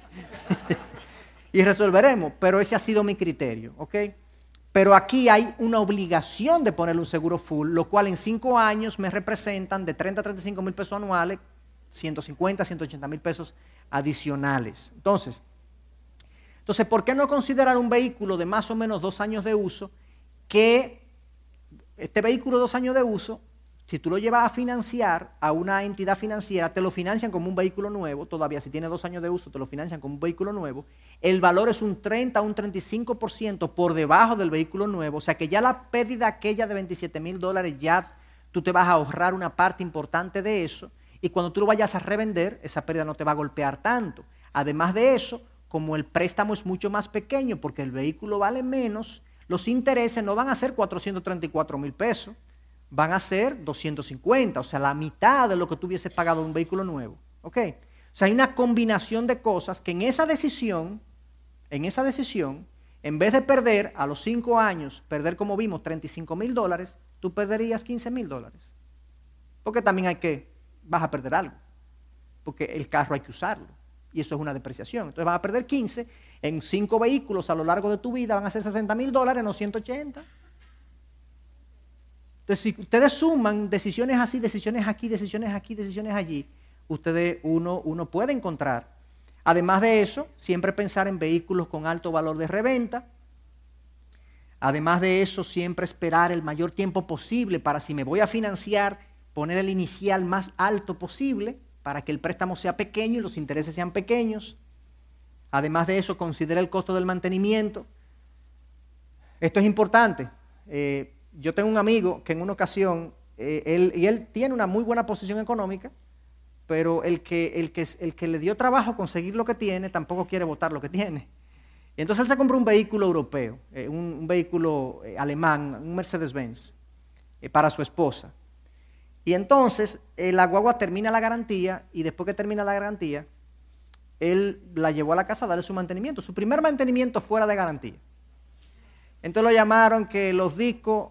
y resolveremos, pero ese ha sido mi criterio, ¿ok? Pero aquí hay una obligación de ponerle un seguro full, lo cual en 5 años me representan de 30 a 35,000 pesos anuales, 150, 180,000 pesos adicionales. Entonces, ¿por qué no considerar un vehículo de más o menos 2 años de uso, que este vehículo de 2 años de uso, si tú lo llevas a financiar a una entidad financiera, te lo financian como un vehículo nuevo, todavía si tiene 2 años de uso, te lo financian como un vehículo nuevo, el valor es un 30 a un 35% por debajo del vehículo nuevo, o sea que ya la pérdida aquella de $27,000, ya tú te vas a ahorrar una parte importante de eso, y cuando tú lo vayas a revender, esa pérdida no te va a golpear tanto. Además de eso, como el préstamo es mucho más pequeño, porque el vehículo vale menos, los intereses no van a ser 434,000 pesos, van a ser 250, o sea, la mitad de lo que tú hubieses pagado de un vehículo nuevo. ¿Ok? O sea, hay una combinación de cosas que en esa decisión, en vez de perder a los 5 años, perder como vimos $35,000, tú perderías $15,000. Porque también vas a perder algo, porque el carro hay que usarlo, y eso es una depreciación. Entonces vas a perder 15, en 5 vehículos a lo largo de tu vida van a ser $60,000, no 180. Entonces, si ustedes suman decisiones así, decisiones aquí, decisiones aquí, decisiones allí, uno puede encontrar. Además de eso, siempre pensar en vehículos con alto valor de reventa. Además de eso, siempre esperar el mayor tiempo posible para, si me voy a financiar, poner el inicial más alto posible para que el préstamo sea pequeño y los intereses sean pequeños. Además de eso, considera el costo del mantenimiento. Esto es importante. Yo tengo un amigo que en una ocasión, él tiene una muy buena posición económica, pero el que le dio trabajo conseguir lo que tiene, tampoco quiere botar lo que tiene. Y entonces él se compró un vehículo europeo, un vehículo alemán, un Mercedes-Benz, para su esposa. Y entonces la guagua termina la garantía, y después que termina la garantía, él la llevó a la casa a darle su mantenimiento, su primer mantenimiento fuera de garantía. Entonces lo llamaron que los discos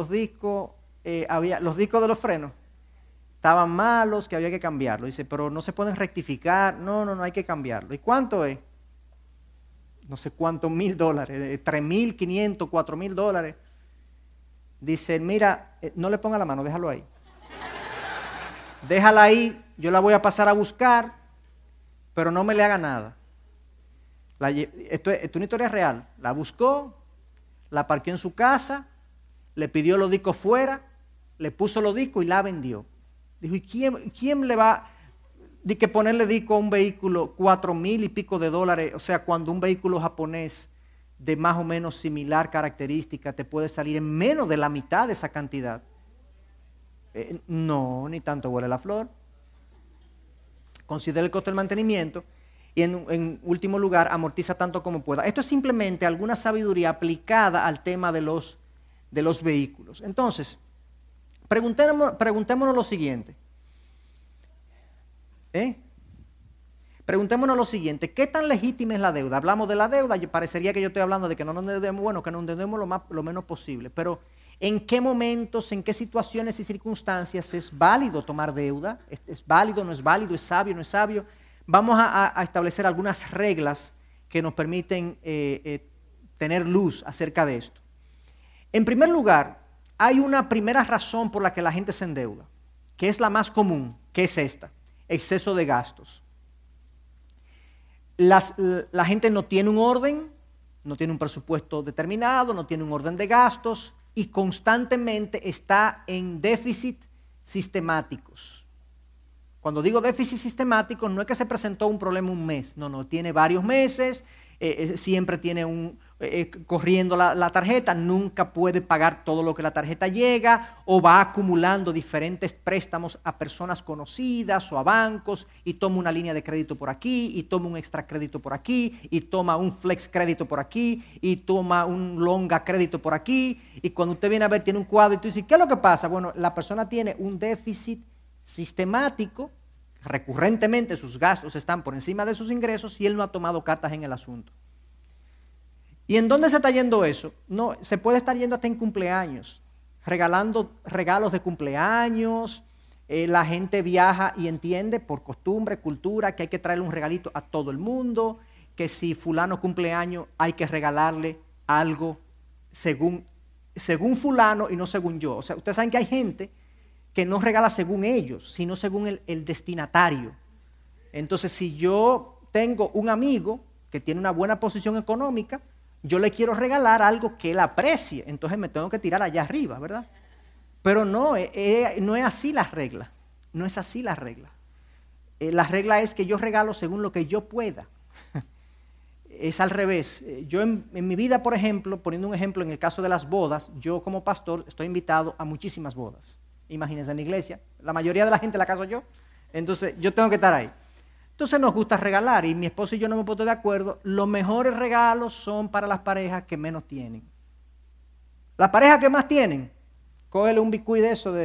de los frenos estaban malos, que había que cambiarlo. Dice, pero no se pueden rectificar. No, hay que cambiarlo. ¿Y cuánto es? No sé cuántos $1,000, $3,500, $4,000. Dice, mira, no le ponga la mano, déjalo ahí. Déjala ahí, yo la voy a pasar a buscar, pero no me le haga nada. Esto es una historia real. La buscó, la parqueó en su casa, le pidió los discos fuera, le puso los discos y la vendió. Dijo, ¿y quién le va a ponerle disco a un vehículo $4,000 y pico? O sea, cuando un vehículo japonés de más o menos similar característica te puede salir en menos de la mitad de esa cantidad. No, ni tanto huele la flor. Considera el costo del mantenimiento y en último lugar amortiza tanto como pueda. Esto es simplemente alguna sabiduría aplicada al tema de los vehículos. Entonces, preguntémonos lo siguiente. preguntémonos lo siguiente, ¿qué tan legítima es la deuda? Hablamos de la deuda, parecería que yo estoy hablando de que no nos endeudemos, bueno, que nos endeudemos lo menos posible, pero ¿en qué momentos, en qué situaciones y circunstancias es válido tomar deuda? ¿Es válido, no es válido, es sabio, no es sabio? Vamos a establecer algunas reglas que nos permiten tener luz acerca de esto. En primer lugar, hay una primera razón por la que la gente se endeuda, que es la más común, que es esta: exceso de gastos. La gente no tiene un orden, no tiene un presupuesto determinado, no tiene un orden de gastos y constantemente está en déficit sistemáticos. Cuando digo déficit sistemático, no es que se presentó un problema un mes, no, tiene varios meses, siempre tiene corriendo la tarjeta, nunca puede pagar todo lo que la tarjeta llega, o va acumulando diferentes préstamos a personas conocidas o a bancos, y toma una línea de crédito por aquí, y toma un extra crédito por aquí, y toma un flex crédito por aquí, y toma un longa crédito por aquí, y cuando usted viene a ver tiene un cuadro y tú dices, ¿qué es lo que pasa? Bueno, la persona tiene un déficit sistemático, recurrentemente sus gastos están por encima de sus ingresos y él no ha tomado cartas en el asunto. ¿Y en dónde se está yendo eso? No, se puede estar yendo hasta en cumpleaños, regalando regalos de cumpleaños. La gente viaja y entiende por costumbre, cultura, que hay que traerle un regalito a todo el mundo, que si fulano cumpleaños hay que regalarle algo según fulano y no según yo. O sea, ustedes saben que hay gente que no regala según ellos, sino según el destinatario. Entonces, si yo tengo un amigo que tiene una buena posición económica, yo le quiero regalar algo que él aprecie, entonces me tengo que tirar allá arriba, ¿verdad? Pero no es así la regla, no es así la regla. La regla es que yo regalo según lo que yo pueda. Es al revés. Yo en mi vida, por ejemplo, poniendo un ejemplo en el caso de las bodas, yo como pastor estoy invitado a muchísimas bodas. Imagínense, en la iglesia, la mayoría de la gente la caso yo, entonces yo tengo que estar ahí. Entonces nos gusta regalar y mi esposo y yo no me ponemos de acuerdo. Los mejores regalos son para las parejas que menos tienen. Las parejas que más tienen, cógele un bicuí de eso,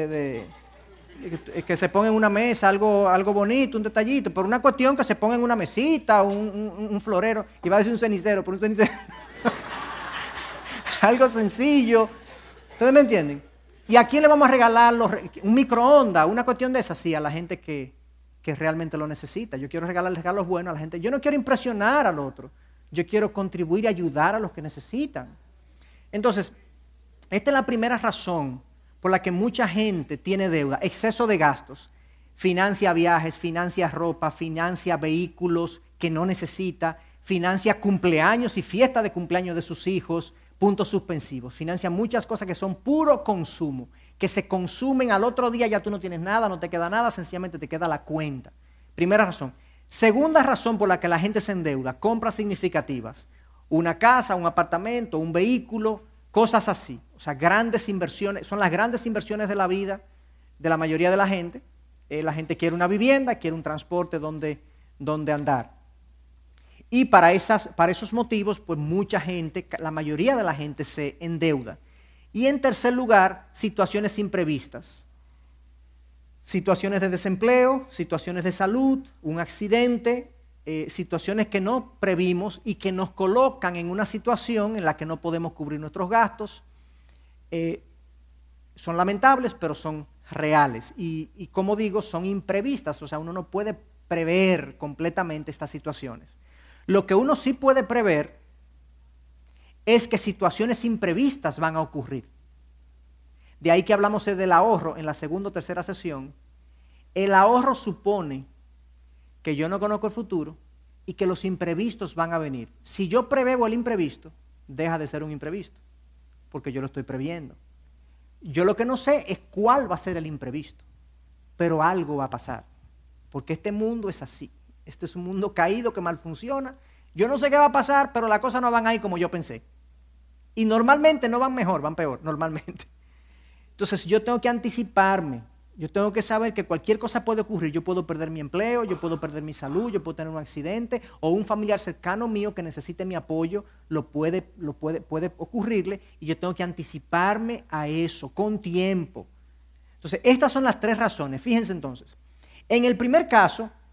que se ponga en una mesa, algo bonito, un detallito, por una cuestión que se ponga en una mesita, un florero, iba a decir un cenicero, por un cenicero. Algo sencillo. ¿Ustedes me entienden? ¿Y a quién le vamos a regalar un microondas, una cuestión de esa? Sí, a la gente que realmente lo necesita. Yo quiero regalar regalos buenos a la gente. Yo no quiero impresionar al otro. Yo quiero contribuir y ayudar a los que necesitan. Entonces, esta es la primera razón por la que mucha gente tiene deuda: exceso de gastos. Financia viajes, financia ropa, financia vehículos que no necesita, financia cumpleaños y fiestas de cumpleaños de sus hijos, puntos suspensivos. Financia muchas cosas que son puro consumo, que se consumen al otro día, ya tú no tienes nada, no te queda nada, sencillamente te queda la cuenta. Primera razón. Segunda razón por la que la gente se endeuda: compras significativas. Una casa, un apartamento, un vehículo, cosas así. O sea, grandes inversiones, son las grandes inversiones de la vida de la mayoría de la gente. La gente quiere una vivienda, quiere un transporte donde andar. Y para esos motivos, pues mucha gente, la mayoría de la gente se endeuda. Y en tercer lugar, situaciones imprevistas. Situaciones de desempleo, situaciones de salud, un accidente, situaciones que no previmos y que nos colocan en una situación en la que no podemos cubrir nuestros gastos. Son lamentables, pero son reales. Y como digo, son imprevistas, o sea, uno no puede prever completamente estas situaciones. Lo que uno sí puede prever es que situaciones imprevistas van a ocurrir. De ahí que hablamos del ahorro en la segunda o tercera sesión. El ahorro supone que yo no conozco el futuro y que los imprevistos van a venir. Si yo preveo el imprevisto, deja de ser un imprevisto, porque yo lo estoy previendo. Yo lo que no sé es cuál va a ser el imprevisto, pero algo va a pasar, porque este mundo es así. Este es un mundo caído que mal funciona. Yo no sé qué va a pasar, pero las cosas no van ahí como yo pensé. Y normalmente no van mejor, van peor, normalmente. Entonces yo tengo que anticiparme. Yo tengo que saber que cualquier cosa puede ocurrir. Yo puedo perder mi empleo, yo puedo perder mi salud, yo puedo tener un accidente, o un familiar cercano mío que necesite mi apoyo, puede ocurrirle, y yo tengo que anticiparme a eso con tiempo. Entonces, estas son las tres razones. Fíjense entonces. En el primer caso,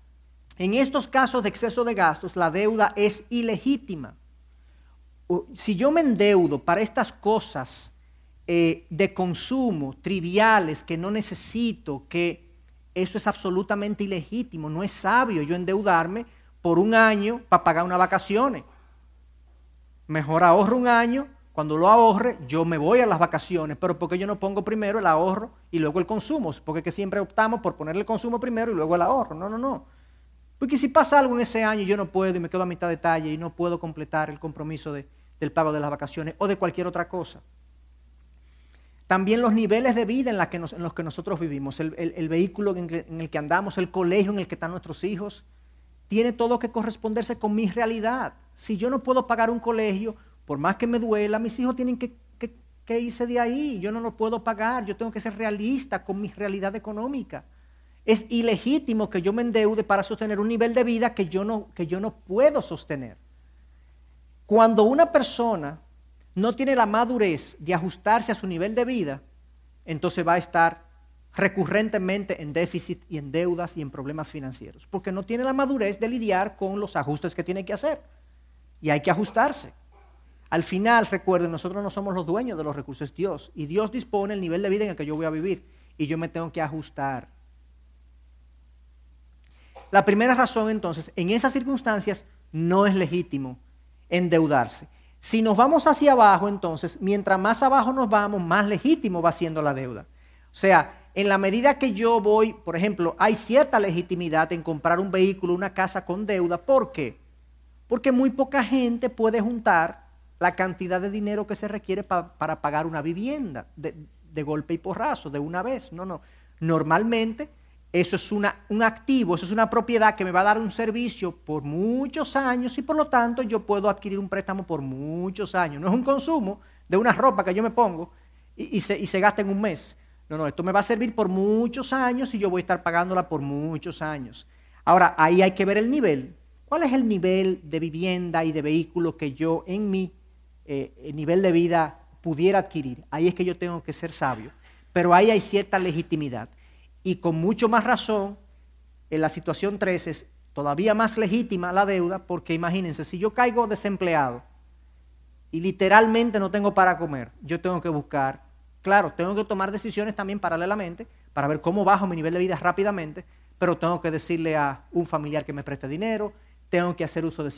En estos casos de exceso de gastos, la deuda es ilegítima. Si yo me endeudo para estas cosas de consumo, triviales, que no necesito, que eso es absolutamente ilegítimo, no es sabio yo endeudarme por un año para pagar unas vacaciones. Mejor ahorro un año, cuando lo ahorre, yo me voy a las vacaciones, pero ¿por qué yo no pongo primero el ahorro y luego el consumo? Porque es que siempre optamos por ponerle el consumo primero y luego el ahorro. No. Porque si pasa algo en ese año y yo no puedo y me quedo a mitad de talle y no puedo completar el compromiso del pago de las vacaciones o de cualquier otra cosa. También los niveles de vida en los que nosotros vivimos, el vehículo en el que andamos, el colegio en el que están nuestros hijos, tiene todo que corresponderse con mi realidad. Si yo no puedo pagar un colegio, por más que me duela, mis hijos tienen que irse de ahí. Yo no lo puedo pagar, yo tengo que ser realista con mi realidad económica. Es ilegítimo que yo me endeude para sostener un nivel de vida que yo no puedo sostener. Cuando una persona no tiene la madurez de ajustarse a su nivel de vida, entonces va a estar recurrentemente en déficit y en deudas y en problemas financieros, porque no tiene la madurez de lidiar con los ajustes que tiene que hacer. Y hay que ajustarse. Al final, recuerden, nosotros no somos los dueños de los recursos, es Dios. Y Dios dispone el nivel de vida en el que yo voy a vivir. Y yo me tengo que ajustar. La primera razón, entonces, en esas circunstancias no es legítimo endeudarse. Si nos vamos hacia abajo, entonces, mientras más abajo nos vamos, más legítimo va siendo la deuda. O sea, en la medida que yo voy, por ejemplo, hay cierta legitimidad en comprar un vehículo, una casa con deuda. ¿Por qué? Porque muy poca gente puede juntar la cantidad de dinero que se requiere para pagar una vivienda de golpe y porrazo, de una vez. No. Normalmente eso es un activo, eso es una propiedad que me va a dar un servicio por muchos años y por lo tanto yo puedo adquirir un préstamo por muchos años. No es un consumo de una ropa que yo me pongo y se gasta en un mes. No, esto me va a servir por muchos años y yo voy a estar pagándola por muchos años. Ahora, ahí hay que ver el nivel. ¿Cuál es el nivel de vivienda y de vehículo que yo en mi nivel de vida pudiera adquirir? Ahí es que yo tengo que ser sabio. Pero ahí hay cierta legitimidad. Y con mucho más razón, en la situación 3 es todavía más legítima la deuda, porque imagínense, si yo caigo desempleado y literalmente no tengo para comer, yo tengo que buscar, claro, tengo que tomar decisiones también paralelamente para ver cómo bajo mi nivel de vida rápidamente, pero tengo que decirle a un familiar que me preste dinero, tengo que hacer uso de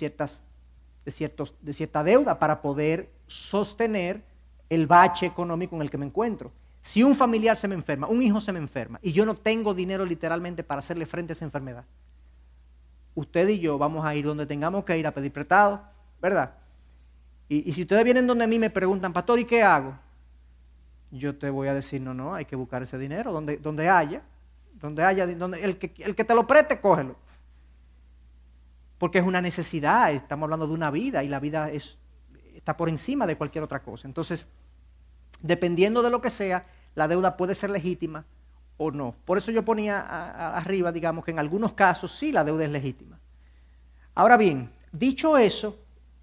cierta deuda para poder sostener el bache económico en el que me encuentro. Si un familiar se me enferma, un hijo se me enferma y yo no tengo dinero literalmente para hacerle frente a esa enfermedad, usted y yo vamos a ir donde tengamos que ir a pedir prestado, ¿verdad? Y si ustedes vienen donde a mí me preguntan, pastor, ¿y qué hago? Yo te voy a decir, no, hay que buscar ese dinero donde haya, el que te lo preste, cógelo. Porque es una necesidad, estamos hablando de una vida y la vida está por encima de cualquier otra cosa. Entonces, dependiendo de lo que sea, la deuda puede ser legítima o no. Por eso yo ponía arriba, digamos, que en algunos casos sí la deuda es legítima. Ahora bien, dicho eso,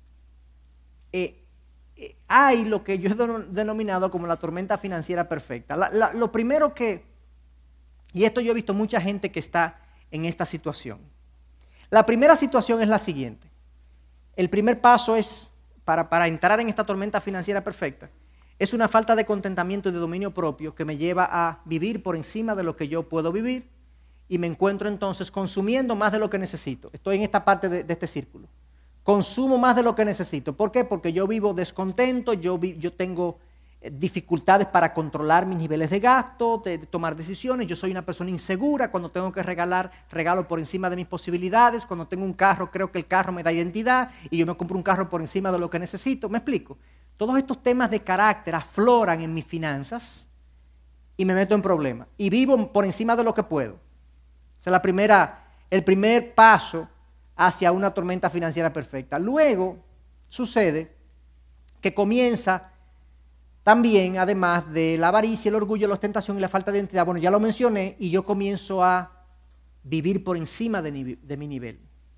hay lo que yo he denominado como la tormenta financiera perfecta. Lo primero y esto yo he visto mucha gente que está en esta situación. La primera situación es la siguiente. El primer paso es, para entrar en esta tormenta financiera perfecta, es una falta de contentamiento y de dominio propio que me lleva a vivir por encima de lo que yo puedo vivir y me encuentro entonces consumiendo más de lo que necesito. Estoy en esta parte de este círculo. Consumo más de lo que necesito. ¿Por qué? Porque yo vivo descontento, yo tengo dificultades para controlar mis niveles de gasto, de tomar decisiones. Yo soy una persona insegura. Cuando tengo que regalo por encima de mis posibilidades. Cuando tengo un carro, creo que el carro me da identidad y yo me compro un carro por encima de lo que necesito. ¿Me explico? Todos estos temas de carácter afloran en mis finanzas y me meto en problemas. Y vivo por encima de lo que puedo. Ese es el primer paso hacia una tormenta financiera perfecta. Luego sucede que comienza también, además de la avaricia, el orgullo, la ostentación y la falta de identidad. Bueno, ya lo mencioné y yo comienzo a vivir por encima de mi nivel.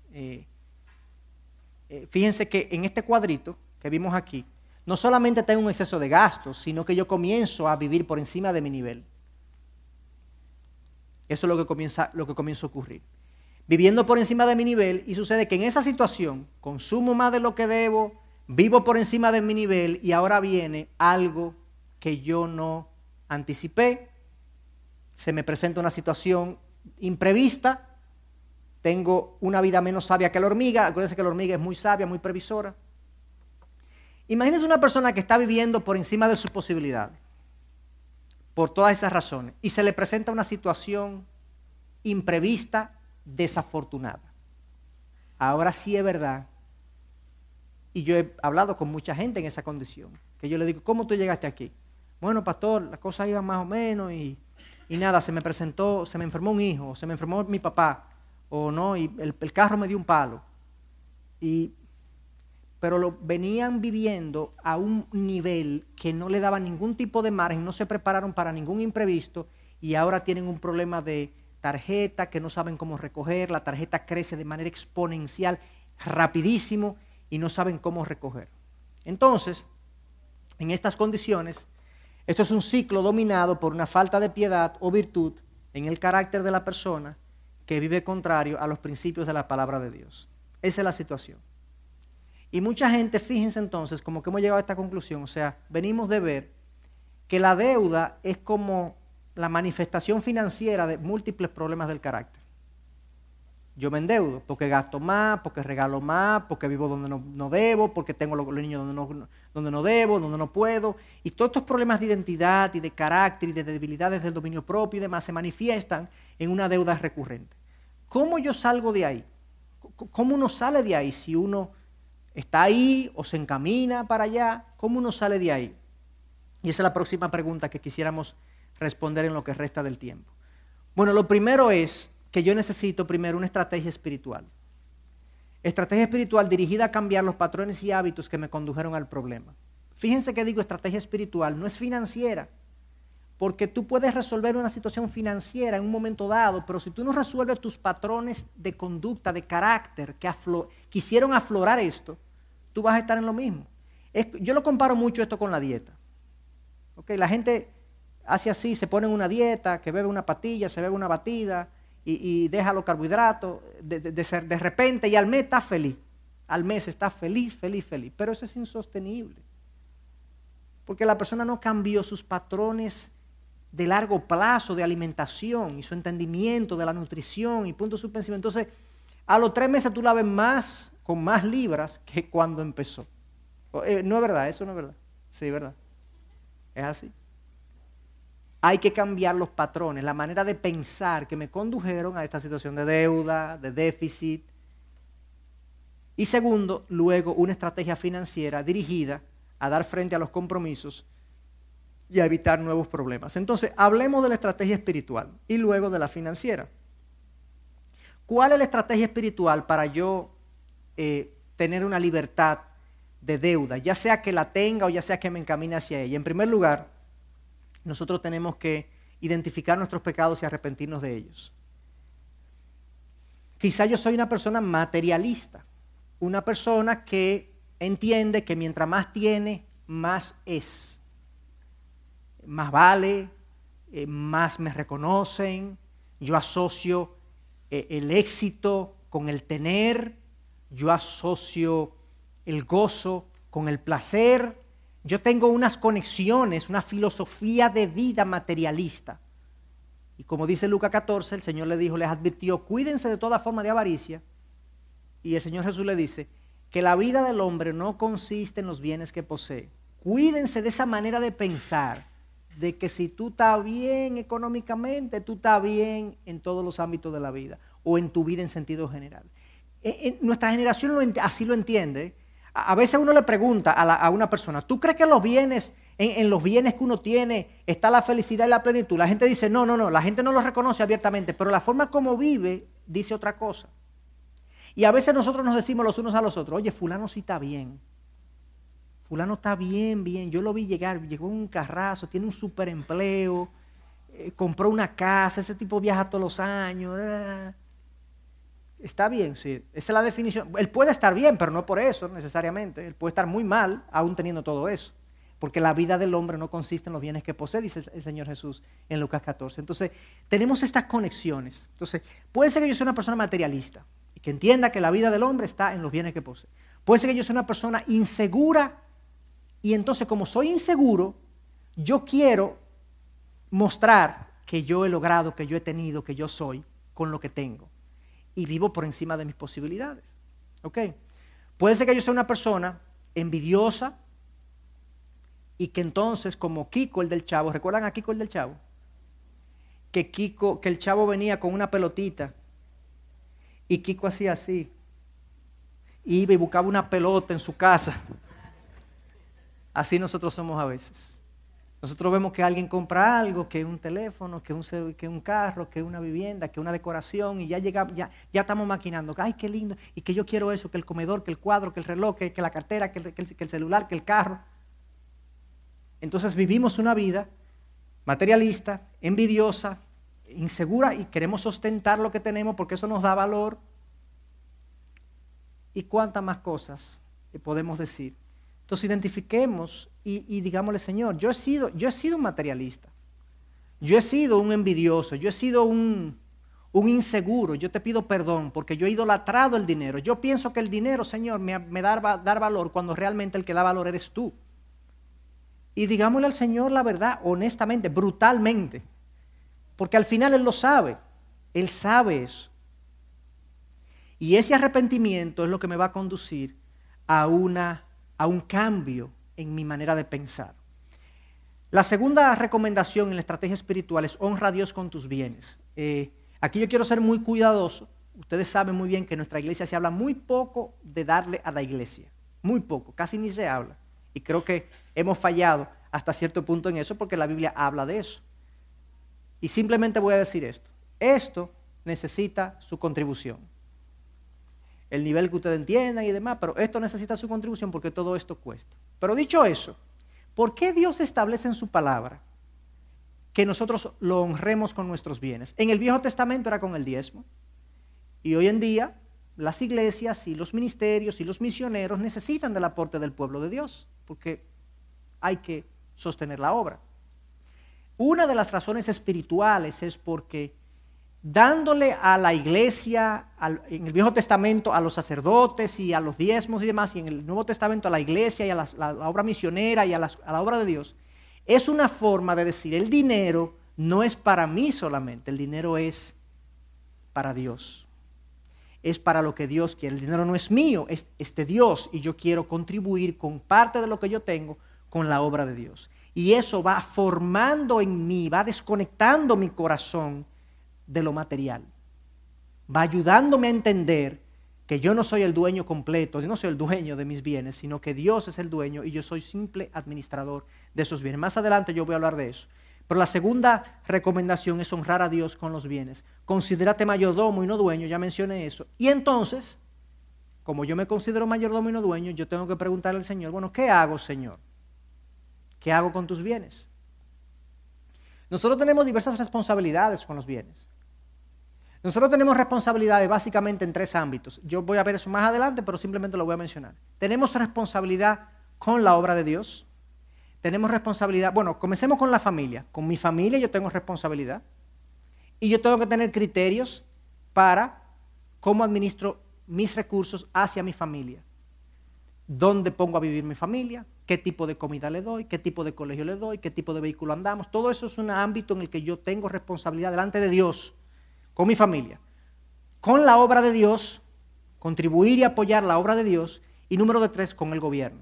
Fíjense que en este cuadrito que vimos aquí, no solamente tengo un exceso de gastos, sino que yo comienzo a vivir por encima de mi nivel. Eso es lo que comienza a ocurrir. viviendo por encima de mi nivel, y sucede que en esa situación consumo más de lo que debo, vivo por encima de mi nivel y ahora viene algo que yo no anticipé, se me presenta una situación imprevista, tengo una vida menos sabia que la hormiga. Acuérdense que la hormiga es muy sabia, muy previsora. Imagínense una persona que está viviendo por encima de sus posibilidades, por todas esas razones, y se le presenta una situación imprevista, desafortunada. Ahora sí es verdad, y yo he hablado con mucha gente en esa condición, que yo le digo, ¿cómo tú llegaste aquí? Bueno, pastor, las cosas iban más o menos y nada, se me enfermó un hijo, se me enfermó mi papá, o no, y el carro me dio un palo. Pero lo venían viviendo a un nivel que no le daba ningún tipo de margen, no se prepararon para ningún imprevisto y ahora tienen un problema de tarjeta que no saben cómo recoger, la tarjeta crece de manera exponencial, rapidísimo, y no saben cómo recoger. Entonces, en estas condiciones, esto es un ciclo dominado por una falta de piedad o virtud en el carácter de la persona que vive contrario a los principios de la palabra de Dios. Esa es la situación. Y mucha gente, fíjense entonces, como que hemos llegado a esta conclusión, o sea, venimos de ver que la deuda es como la manifestación financiera de múltiples problemas del carácter. Yo me endeudo porque gasto más, porque regalo más, porque vivo donde no debo, porque tengo los niños donde no debo, donde no puedo. Y todos estos problemas de identidad y de carácter y de debilidades del dominio propio y demás se manifiestan en una deuda recurrente. ¿Cómo yo salgo de ahí? ¿Cómo uno sale de ahí si uno está ahí o se encamina para allá? ¿Cómo uno sale de ahí? Y esa es la próxima pregunta que quisiéramos responder en lo que resta del tiempo. Bueno, lo primero es que yo necesito primero una estrategia espiritual. Estrategia espiritual dirigida a cambiar los patrones y hábitos que me condujeron al problema. Fíjense que digo estrategia espiritual, no es financiera, porque tú puedes resolver una situación financiera en un momento dado, pero si tú no resuelves tus patrones de conducta, de carácter que quisieron aflorar esto, tú vas a estar en lo mismo. Yo lo comparo mucho esto con la dieta. Okay, la gente hace así, se pone en una dieta, que bebe una pastilla, se bebe una batida, y deja los carbohidratos de repente, y al mes está feliz. Al mes está feliz. Pero eso es insostenible. Porque la persona no cambió sus patrones de largo plazo de alimentación y su entendimiento de la nutrición y punto suspensivo. Entonces, a los 3 meses tú la ves con más libras que cuando empezó. No es verdad, eso no es verdad. Sí, es verdad. Es así. Hay que cambiar los patrones, la manera de pensar que me condujeron a esta situación de deuda, de déficit. Y segundo, luego una estrategia financiera dirigida a dar frente a los compromisos y a evitar nuevos problemas. Entonces, hablemos de la estrategia espiritual y luego de la financiera. ¿Cuál es la estrategia espiritual para yo tener una libertad de deuda, ya sea que la tenga o ya sea que me encamine hacia ella? En primer lugar, nosotros tenemos que identificar nuestros pecados y arrepentirnos de ellos. Quizá yo soy una persona materialista, una persona que entiende que mientras más tiene, más es. Más vale, más me reconocen, yo asocio el éxito con el tener, yo asocio el gozo con el placer. Yo tengo unas conexiones, una filosofía de vida materialista. Y como dice Lucas 14, el Señor les advirtió, cuídense de toda forma de avaricia. Y el Señor Jesús le dice que la vida del hombre no consiste en los bienes que posee. Cuídense de esa manera de pensar, de que si tú estás bien económicamente, tú estás bien en todos los ámbitos de la vida, o en tu vida en sentido general. Nuestra generación así lo entiende. A veces uno le pregunta a una persona, ¿tú crees que en los bienes que uno tiene está la felicidad y la plenitud? La gente dice, no, la gente no lo reconoce abiertamente, pero la forma como vive dice otra cosa. Y a veces nosotros nos decimos los unos a los otros, oye, fulano sí está bien. Fulano está bien, yo lo vi llegar, llegó en un carrazo, tiene un super empleo, compró una casa, ese tipo viaja todos los años. Está bien, sí, esa es la definición. Él puede estar bien, pero no por eso necesariamente. Él puede estar muy mal, aún teniendo todo eso. porque la vida del hombre no consiste en los bienes que posee, dice el Señor Jesús en Lucas 14. Entonces, tenemos estas conexiones. Entonces, puede ser que yo sea una persona materialista y que entienda que la vida del hombre está en los bienes que posee. Puede ser que yo sea una persona insegura y entonces, como soy inseguro, yo quiero mostrar que yo he logrado, que yo he tenido, que yo soy con lo que tengo y vivo por encima de mis posibilidades. ¿Ok? Puede ser que yo sea una persona envidiosa y que entonces, como Kiko el del Chavo, ¿recuerdan a Kiko el del Chavo? Que el Chavo venía con una pelotita y Kiko hacía así, iba y buscaba una pelota en su casa. Así nosotros somos a veces. Nosotros vemos que alguien compra algo, que un teléfono, que un carro, que una vivienda, que una decoración, y ya estamos maquinando. Ay, qué lindo, y que yo quiero eso, que el comedor, que el cuadro, que el reloj, que la cartera, que el celular, que el carro. Entonces vivimos una vida materialista, envidiosa, insegura, y queremos ostentar lo que tenemos porque eso nos da valor. ¿Y cuántas más cosas podemos decir? Entonces identifiquemos y digámosle, Señor, yo he sido un materialista, yo he sido un envidioso, yo he sido un inseguro, yo te pido perdón porque yo he idolatrado el dinero. Yo pienso que el dinero, Señor, me da dar valor cuando realmente el que da valor eres tú. Y digámosle al Señor la verdad, honestamente, brutalmente, porque al final Él lo sabe, Él sabe eso. Y ese arrepentimiento es lo que me va a conducir a un cambio en mi manera de pensar. La segunda recomendación en la estrategia espiritual es honra a Dios con tus bienes. Aquí yo quiero ser muy cuidadoso. Ustedes saben muy bien que en nuestra iglesia se habla muy poco de darle a la iglesia. Muy poco, casi ni se habla. Y creo que hemos fallado hasta cierto punto en eso porque la Biblia habla de eso. Y simplemente voy a decir esto. Esto necesita su contribución. El nivel que ustedes entiendan y demás, pero esto necesita su contribución porque todo esto cuesta. Pero dicho eso, ¿por qué Dios establece en su palabra que nosotros lo honremos con nuestros bienes? En el Viejo Testamento era con el diezmo. Y hoy en día las iglesias y los ministerios y los misioneros necesitan del aporte del pueblo de Dios porque hay que sostener la obra. Una de las razones espirituales es porque dándole a la iglesia, en el Viejo Testamento, a los sacerdotes y a los diezmos y demás, y en el Nuevo Testamento a la iglesia y a la obra misionera y a la obra de Dios, es una forma de decir, el dinero no es para mí solamente, el dinero es para Dios. Es para lo que Dios quiere. El dinero no es mío, es de Dios, y yo quiero contribuir con parte de lo que yo tengo con la obra de Dios. Y eso va formando en mí, va desconectando mi corazón de lo material. Va ayudándome a entender que yo no soy el dueño completo, yo no soy el dueño de mis bienes, sino que Dios es el dueño y yo soy simple administrador de esos bienes. Más adelante yo voy a hablar de eso. Pero la segunda recomendación es honrar a Dios con los bienes. Considérate mayordomo y no dueño, ya mencioné eso. Y entonces, como yo me considero mayordomo y no dueño, yo tengo que preguntarle al Señor, bueno, ¿qué hago, Señor? ¿Qué hago con tus bienes? Nosotros tenemos diversas responsabilidades con los bienes. Nosotros tenemos responsabilidades básicamente en 3 ámbitos. Yo voy a ver eso más adelante, pero simplemente lo voy a mencionar. Tenemos responsabilidad con la obra de Dios. Tenemos responsabilidad, bueno, comencemos con la familia. Con mi familia yo tengo responsabilidad. Y yo tengo que tener criterios para cómo administro mis recursos hacia mi familia. ¿Dónde pongo a vivir mi familia? ¿Qué tipo de comida le doy? ¿Qué tipo de colegio le doy? ¿Qué tipo de vehículo andamos? Todo eso es un ámbito en el que yo tengo responsabilidad delante de Dios, con mi familia. Con la obra de Dios, contribuir y apoyar la obra de Dios. Y número 3, con el gobierno.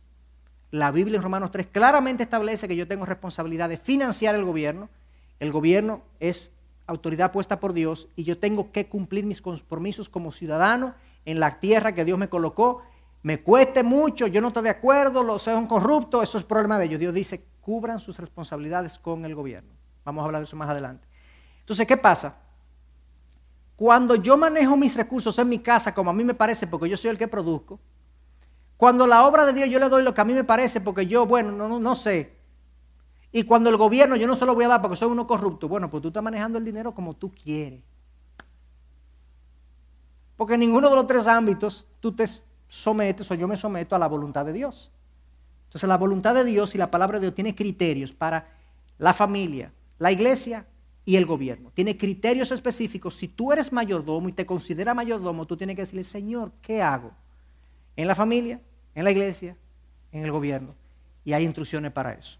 La Biblia en Romanos 3 claramente establece que yo tengo responsabilidad de financiar el gobierno. El gobierno es autoridad puesta por Dios y yo tengo que cumplir mis compromisos como ciudadano en la tierra que Dios me colocó. Me cueste mucho, yo no estoy de acuerdo, los son corruptos, eso es problema de ellos. Dios dice, cubran sus responsabilidades con el gobierno. Vamos a hablar de eso más adelante. Entonces, ¿qué pasa? Cuando yo manejo mis recursos en mi casa como a mí me parece, porque yo soy el que produzco, cuando la obra de Dios yo le doy lo que a mí me parece, porque yo, bueno, no sé, y cuando el gobierno yo no se lo voy a dar porque soy uno corrupto, bueno, pues tú estás manejando el dinero como tú quieres. Porque en ninguno de los 3 ámbitos tú te sometes o yo me someto a la voluntad de Dios. Entonces la voluntad de Dios y la palabra de Dios tiene criterios para la familia, la iglesia y el gobierno. Tiene criterios específicos. Si tú eres mayordomo y te consideras mayordomo, tú tienes que decirle, Señor, ¿qué hago? En la familia, en la iglesia, en el gobierno. Y hay instrucciones para eso.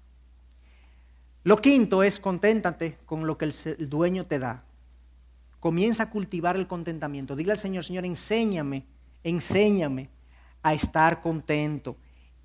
Lo quinto es conténtate con lo que el dueño te da. Comienza a cultivar el contentamiento. Dile al Señor, Señor, enséñame a estar contento,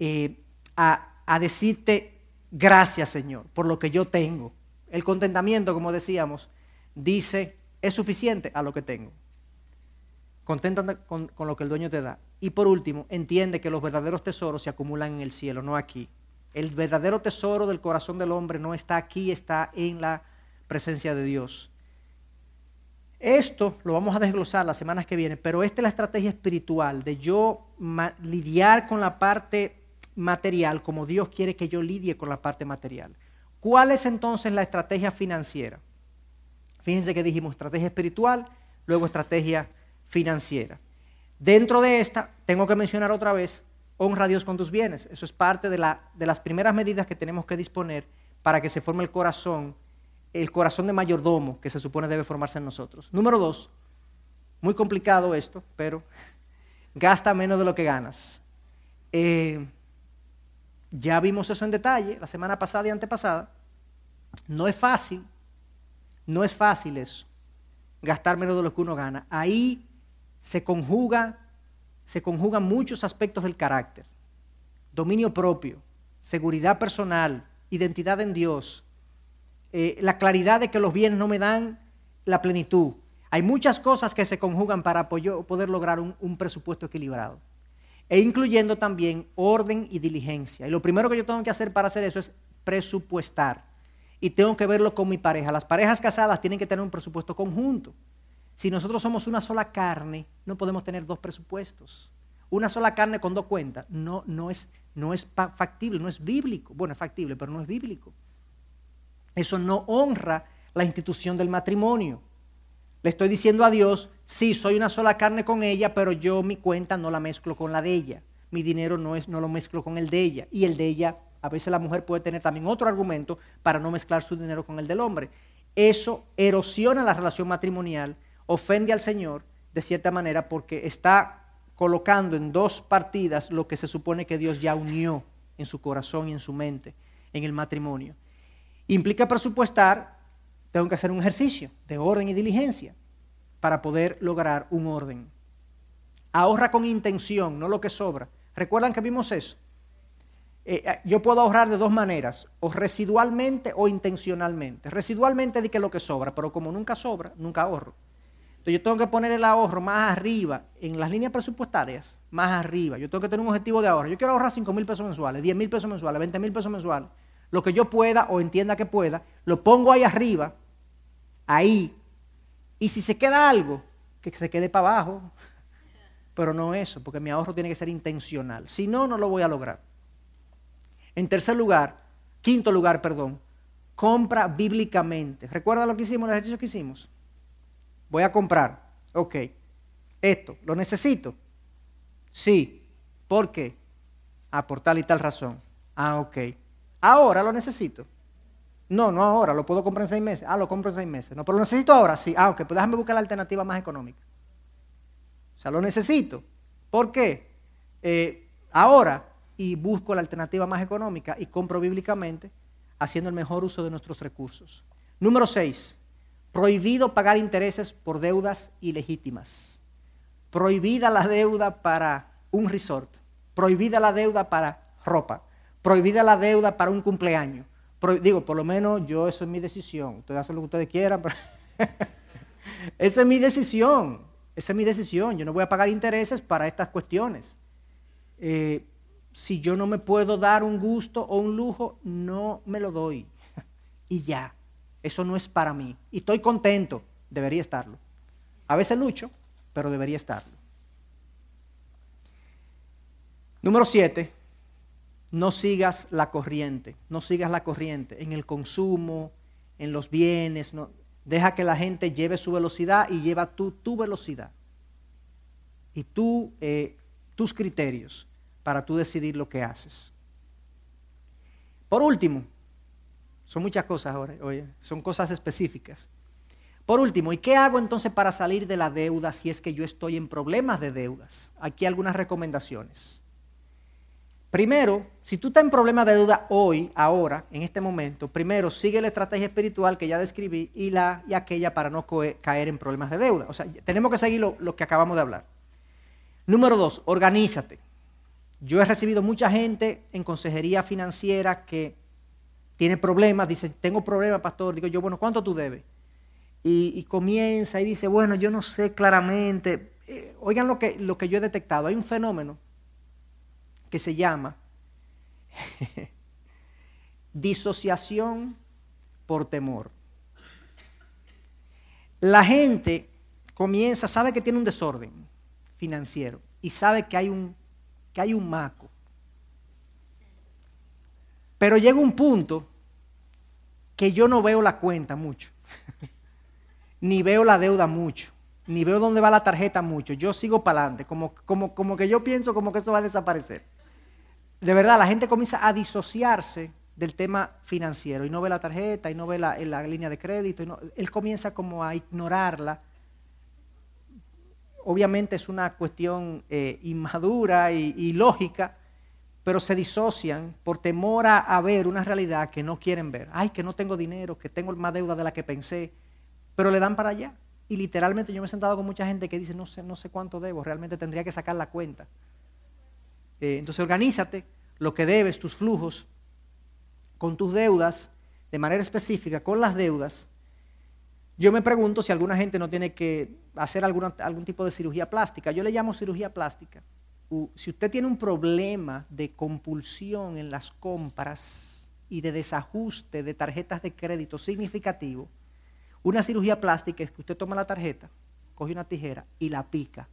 a decirte gracias, Señor, por lo que yo tengo. El contentamiento, como decíamos, dice, es suficiente a lo que tengo. Conténtate con lo que el dueño te da. Y por último, entiende que los verdaderos tesoros se acumulan en el cielo, no aquí. El verdadero tesoro del corazón del hombre no está aquí, está en la presencia de Dios. Esto lo vamos a desglosar las semanas que vienen, pero esta es la estrategia espiritual de yo lidiar con la parte material como Dios quiere que yo lidie con la parte material. ¿Cuál es entonces la estrategia financiera? Fíjense que dijimos estrategia espiritual, luego estrategia financiera. Dentro de esta, tengo que mencionar otra vez, honra a Dios con tus bienes. Eso es parte de las primeras medidas que tenemos que disponer para que se forme el corazón de mayordomo que se supone debe formarse en nosotros. Número 2, muy complicado esto, pero gasta menos de lo que ganas. Ya vimos eso en detalle la semana pasada y antepasada. No es fácil eso, gastar menos de lo que uno gana. Ahí se conjugan muchos aspectos del carácter: dominio propio, seguridad personal, identidad en Dios, la claridad de que los bienes no me dan la plenitud. Hay muchas cosas que se conjugan para poder lograr un presupuesto equilibrado, e incluyendo también orden y diligencia. Y lo primero que yo tengo que hacer para hacer eso es presupuestar, y tengo que verlo con mi pareja. Las parejas casadas tienen que tener un presupuesto conjunto. Si nosotros somos una sola carne, no podemos tener dos presupuestos. Una sola carne con dos cuentas no es factible, no es bíblico. Bueno, es factible, pero no es bíblico. Eso no honra la institución del matrimonio. Le estoy diciendo a Dios, sí, soy una sola carne con ella, pero yo mi cuenta no la mezclo con la de ella. Mi dinero no lo mezclo con el de ella. Y el de ella, a veces la mujer puede tener también otro argumento para no mezclar su dinero con el del hombre. Eso erosiona la relación matrimonial, ofende al Señor de cierta manera, porque está colocando en dos partidas lo que se supone que Dios ya unió en su corazón y en su mente en el matrimonio. Implica presupuestar. Tengo que hacer un ejercicio de orden y diligencia para poder lograr un orden. Ahorra con intención, no lo que sobra. ¿Recuerdan que vimos eso? Yo puedo ahorrar de dos maneras, o residualmente o intencionalmente. Residualmente di que lo que sobra, pero como nunca sobra, nunca ahorro. Entonces yo tengo que poner el ahorro más arriba, en las líneas presupuestarias, más arriba. Yo tengo que tener un objetivo de ahorro. Yo quiero ahorrar 5,000 pesos mensuales, 10,000 pesos mensuales, 20,000 pesos mensuales. Lo que yo pueda o entienda que pueda, lo pongo ahí arriba, ahí. Y si se queda algo, que se quede para abajo. Pero no eso, porque mi ahorro tiene que ser intencional. Si no, no lo voy a lograr. Quinto lugar, compra bíblicamente. ¿Recuerda lo que hicimos, el ejercicio que hicimos? Voy a comprar. Ok. Esto, ¿lo necesito? Sí. ¿Por qué? Por tal y tal razón. Ok. ¿Ahora lo necesito? No ahora, lo puedo comprar en 6 meses. Lo compro en 6 meses. No, pero lo necesito ahora, sí. Ok, pues déjame buscar la alternativa más económica. O sea, lo necesito. ¿Por qué? Ahora, y busco la alternativa más económica y compro bíblicamente, haciendo el mejor uso de nuestros recursos. Número 6. Prohibido pagar intereses por deudas ilegítimas. Prohibida la deuda para un resort. Prohibida la deuda para ropa. Prohibida la deuda para un cumpleaños. Por lo menos eso es mi decisión. Ustedes hacen lo que ustedes quieran, pero esa es mi decisión. Yo no voy a pagar intereses para estas cuestiones. Si yo no me puedo dar un gusto o un lujo, no me lo doy. Y ya. Eso no es para mí. Y estoy contento. Debería estarlo. A veces lucho, pero debería estarlo. Número 7. No sigas la corriente. No sigas la corriente en el consumo, en los bienes. No. Deja que la gente lleve su velocidad y lleva tu velocidad. Y tus criterios para tú decidir lo que haces. Por último, son muchas cosas ahora, oye, son cosas específicas. Por último, ¿y qué hago entonces para salir de la deuda si es que yo estoy en problemas de deudas? Aquí algunas recomendaciones. Primero, si tú estás en problemas de deuda hoy, ahora, en este momento, primero sigue la estrategia espiritual que ya describí y aquella para no caer en problemas de deuda. O sea, tenemos que seguir lo que acabamos de hablar. Número 2, organízate. Yo he recibido mucha gente en consejería financiera que tiene problemas, dice, tengo problemas, pastor. Digo yo, bueno, ¿cuánto tú debes? Y comienza y dice, bueno, yo no sé claramente. Oigan lo que yo he detectado. Hay un fenómeno que se llama disociación por temor. La gente comienza, sabe que tiene un desorden financiero y sabe que hay un maco. Pero llega un punto que yo no veo la cuenta mucho, ni veo la deuda mucho, ni veo dónde va la tarjeta mucho. Yo sigo para adelante, como que yo pienso como que esto va a desaparecer. De verdad, la gente comienza a disociarse del tema financiero y no ve la tarjeta y no ve la línea de crédito. Él comienza como a ignorarla. Obviamente es una cuestión inmadura y lógica, pero se disocian por temor a ver una realidad que no quieren ver. Ay, que no tengo dinero, que tengo más deuda de la que pensé, pero le dan para allá. Y literalmente yo me he sentado con mucha gente que dice, no sé cuánto debo, realmente tendría que sacar la cuenta. Entonces organízate lo que debes, tus flujos, con tus deudas, de manera específica, con las deudas. Yo me pregunto si alguna gente no tiene que hacer algún tipo de cirugía plástica. Yo le llamo cirugía plástica. Si usted tiene un problema de compulsión en las compras y de desajuste de tarjetas de crédito significativo, una cirugía plástica es que usted toma la tarjeta, coge una tijera y la pica.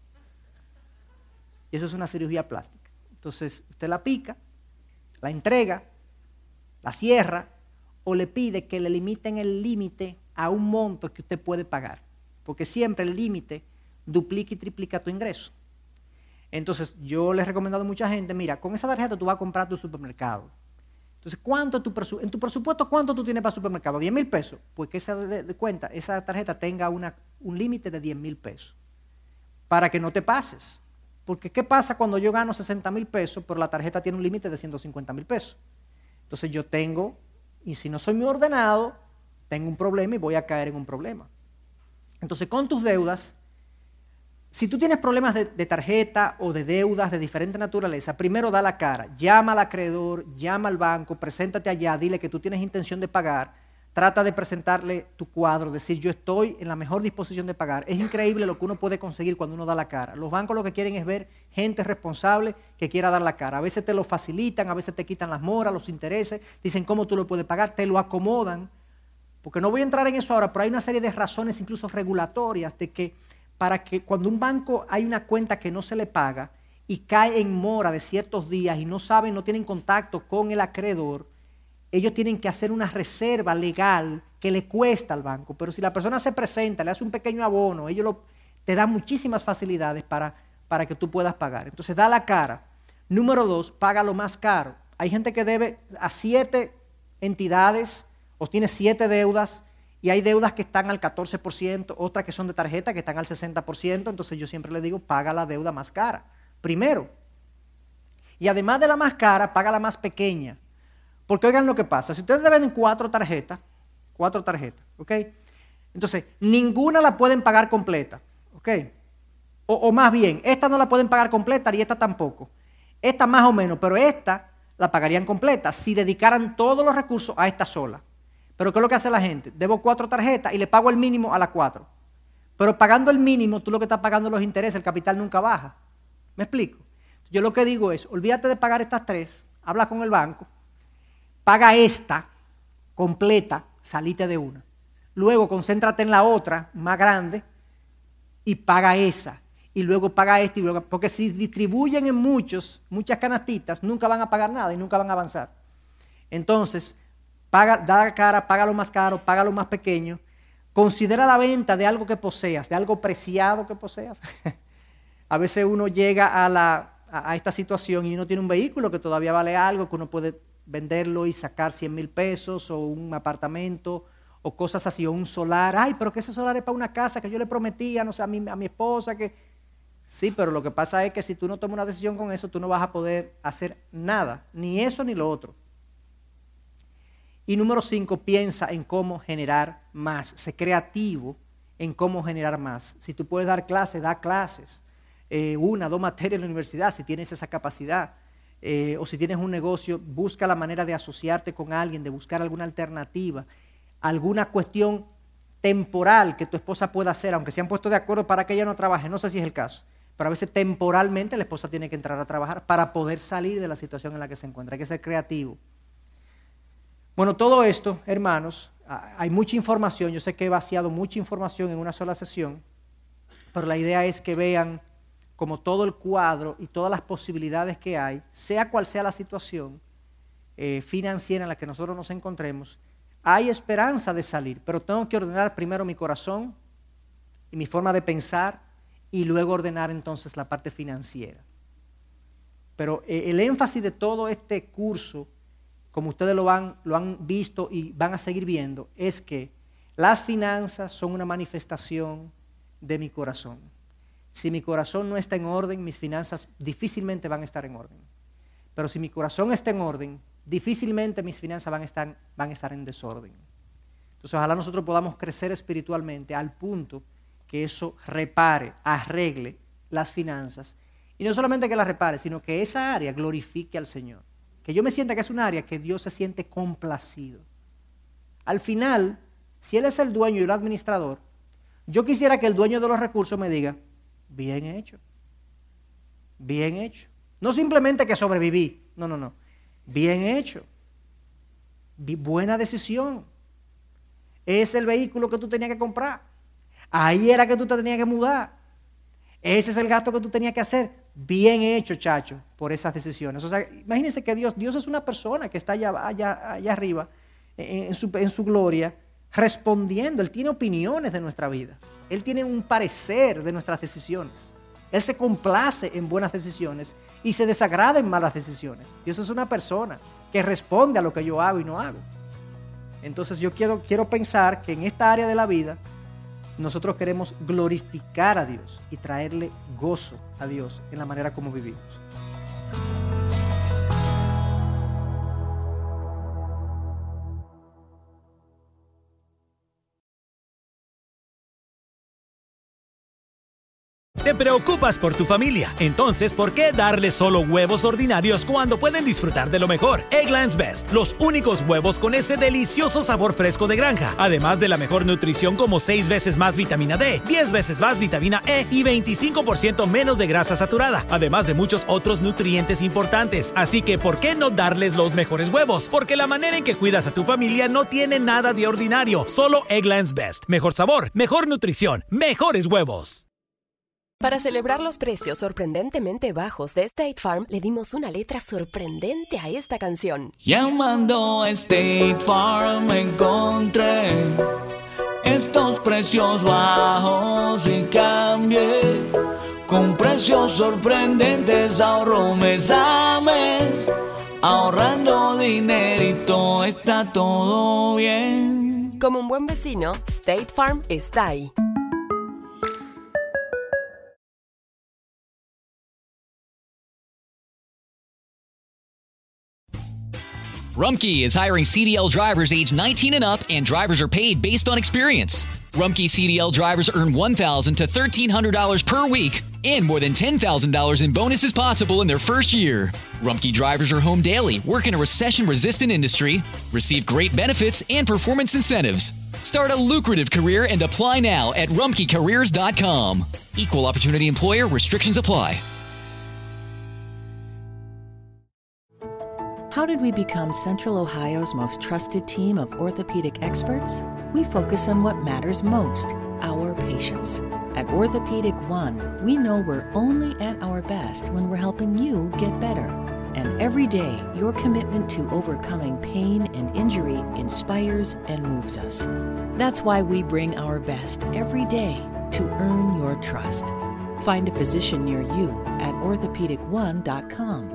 Y eso es una cirugía plástica. Entonces, usted la pica, la entrega, la cierra o le pide que le limiten el límite a un monto que usted puede pagar. Porque siempre el límite duplica y triplica tu ingreso. Entonces, yo le he recomendado a mucha gente, mira, con esa tarjeta tú vas a comprar tu supermercado. Entonces, en tu presupuesto, ¿cuánto tú tienes para el supermercado? $10,000 pesos. Pues que esa tarjeta tenga un límite de $10,000 pesos. Para que no te pases. Porque ¿qué pasa cuando yo gano $60,000 pesos, pero la tarjeta tiene un límite de $150,000 pesos? Entonces yo tengo, y si no soy muy ordenado, tengo un problema y voy a caer en un problema. Entonces con tus deudas, si tú tienes problemas de tarjeta o de deudas de diferente naturaleza, primero da la cara, llama al acreedor, llama al banco, preséntate allá, dile que tú tienes intención de pagar. Trata de presentarle tu cuadro, decir yo estoy en la mejor disposición de pagar. Es increíble lo que uno puede conseguir cuando uno da la cara. Los bancos lo que quieren es ver gente responsable que quiera dar la cara. A veces te lo facilitan, a veces te quitan las moras, los intereses, dicen cómo tú lo puedes pagar, te lo acomodan. Porque no voy a entrar en eso ahora, pero hay una serie de razones incluso regulatorias de que para que cuando un banco hay una cuenta que no se le paga y cae en mora de ciertos días y no saben, no tienen contacto con el acreedor, ellos tienen que hacer una reserva legal que le cuesta al banco. Pero si la persona se presenta, le hace un pequeño abono, te dan muchísimas facilidades para que tú puedas pagar. Entonces da la cara. Número 2, paga lo más caro. Hay gente que debe a 7 entidades o tiene 7 deudas y hay deudas que están al 14%, otras que son de tarjeta que están al 60%. Entonces yo siempre le digo, paga la deuda más cara primero. Y además de la más cara, paga la más pequeña. Porque oigan lo que pasa, si ustedes deben 4 tarjetas, ¿ok? Entonces, ninguna la pueden pagar completa, ¿ok? O más bien, esta no la pueden pagar completa y esta tampoco. Esta más o menos, pero esta la pagarían completa si dedicaran todos los recursos a esta sola. Pero ¿qué es lo que hace la gente? Debo 4 tarjetas y le pago el mínimo a las 4. Pero pagando el mínimo, tú lo que estás pagando los intereses, el capital nunca baja. ¿Me explico? Yo lo que digo es, olvídate de pagar estas 3, habla con el banco, paga esta completa, salite de una. Luego concéntrate en la otra, más grande, y paga esa. Y luego paga esta, porque si distribuyen en muchas canastitas, nunca van a pagar nada y nunca van a avanzar. Entonces, da la cara, paga lo más caro, paga lo más pequeño. Considera la venta de algo que poseas, de algo preciado que poseas. A veces uno llega a esta situación y uno tiene un vehículo que todavía vale algo, que uno puede venderlo y sacar 100,000 pesos o un apartamento o cosas así, o un solar. Ay, pero que ese solar es para una casa que yo le prometía, no sé, a mi esposa que... Sí, pero lo que pasa es que si tú no tomas una decisión con eso, tú no vas a poder hacer nada, ni eso ni lo otro. Y número 5, piensa en cómo generar más. Sé creativo en cómo generar más. Si tú puedes dar clases, da clases. 1, 2 materias en la universidad, si tienes esa capacidad. O si tienes un negocio, busca la manera de asociarte con alguien, de buscar alguna alternativa, alguna cuestión temporal que tu esposa pueda hacer, aunque se han puesto de acuerdo para que ella no trabaje. No sé si es el caso, pero a veces temporalmente la esposa tiene que entrar a trabajar para poder salir de la situación en la que se encuentra. Hay que ser creativo. Bueno, todo esto, hermanos, hay mucha información. Yo sé que he vaciado mucha información en una sola sesión, pero la idea es que vean como todo el cuadro y todas las posibilidades que hay, sea cual sea la situación financiera en la que nosotros nos encontremos, hay esperanza de salir, pero tengo que ordenar primero mi corazón y mi forma de pensar y luego ordenar entonces la parte financiera. Pero el énfasis de todo este curso, como ustedes lo han visto y van a seguir viendo, es que las finanzas son una manifestación de mi corazón. Si mi corazón no está en orden, mis finanzas difícilmente van a estar en orden. Pero si mi corazón está en orden, difícilmente mis finanzas van a estar en desorden. Entonces, ojalá nosotros podamos crecer espiritualmente al punto que eso repare, arregle las finanzas. Y no solamente que las repare, sino que esa área glorifique al Señor. Que yo me sienta que es un área que Dios se siente complacido. Al final, si Él es el dueño y el administrador, yo quisiera que el dueño de los recursos me diga, bien hecho, bien hecho. No simplemente que sobreviví, no. Bien hecho, buena decisión. Es el vehículo que tú tenías que comprar. Ahí era que tú te tenías que mudar. Ese es el gasto que tú tenías que hacer. Bien hecho, chacho, por esas decisiones. O sea, imagínense que Dios es una persona que está allá arriba, en su gloria, respondiendo. Él tiene opiniones de nuestra vida. Él tiene un parecer de nuestras decisiones. Él se complace en buenas decisiones y se desagrada en malas decisiones. Dios es una persona que responde a lo que yo hago y no hago. Entonces yo quiero pensar que en esta área de la vida nosotros queremos glorificar a Dios y traerle gozo a Dios en la manera como vivimos. Te preocupas por tu familia, entonces ¿por qué darles solo huevos ordinarios cuando pueden disfrutar de lo mejor? Eggland's Best, los únicos huevos con ese delicioso sabor fresco de granja, además de la mejor nutrición como 6 veces más vitamina D, 10 veces más vitamina E y 25% menos de grasa saturada, además de muchos otros nutrientes importantes. Así que ¿por qué no darles los mejores huevos? Porque la manera en que cuidas a tu familia no tiene nada de ordinario, solo Eggland's Best. Mejor sabor, mejor nutrición, mejores huevos. Para celebrar los precios sorprendentemente bajos de State Farm, le dimos una letra sorprendente a esta canción. Llamando a State Farm encontré estos precios bajos y cambié. Con precios sorprendentes ahorro mes a mes. Ahorrando dinerito está todo bien. Como un buen vecino, State Farm está ahí. Rumpke is hiring CDL drivers age 19 and up, and drivers are paid based on experience. Rumpke CDL drivers earn $1,000 to $1,300 per week, and more than $10,000 in bonuses possible in their first year. Rumpke drivers are home daily, work in a recession-resistant industry, receive great benefits and performance incentives. Start a lucrative career and apply now at RumpkeCareers.com. Equal opportunity employer, restrictions apply. How did we become Central Ohio's most trusted team of orthopedic experts? We focus on what matters most, our patients. At Orthopedic One, we know we're only at our best when we're helping you get better. And every day, your commitment to overcoming pain and injury inspires and moves us. That's why we bring our best every day to earn your trust. Find a physician near you at orthopedic1.com.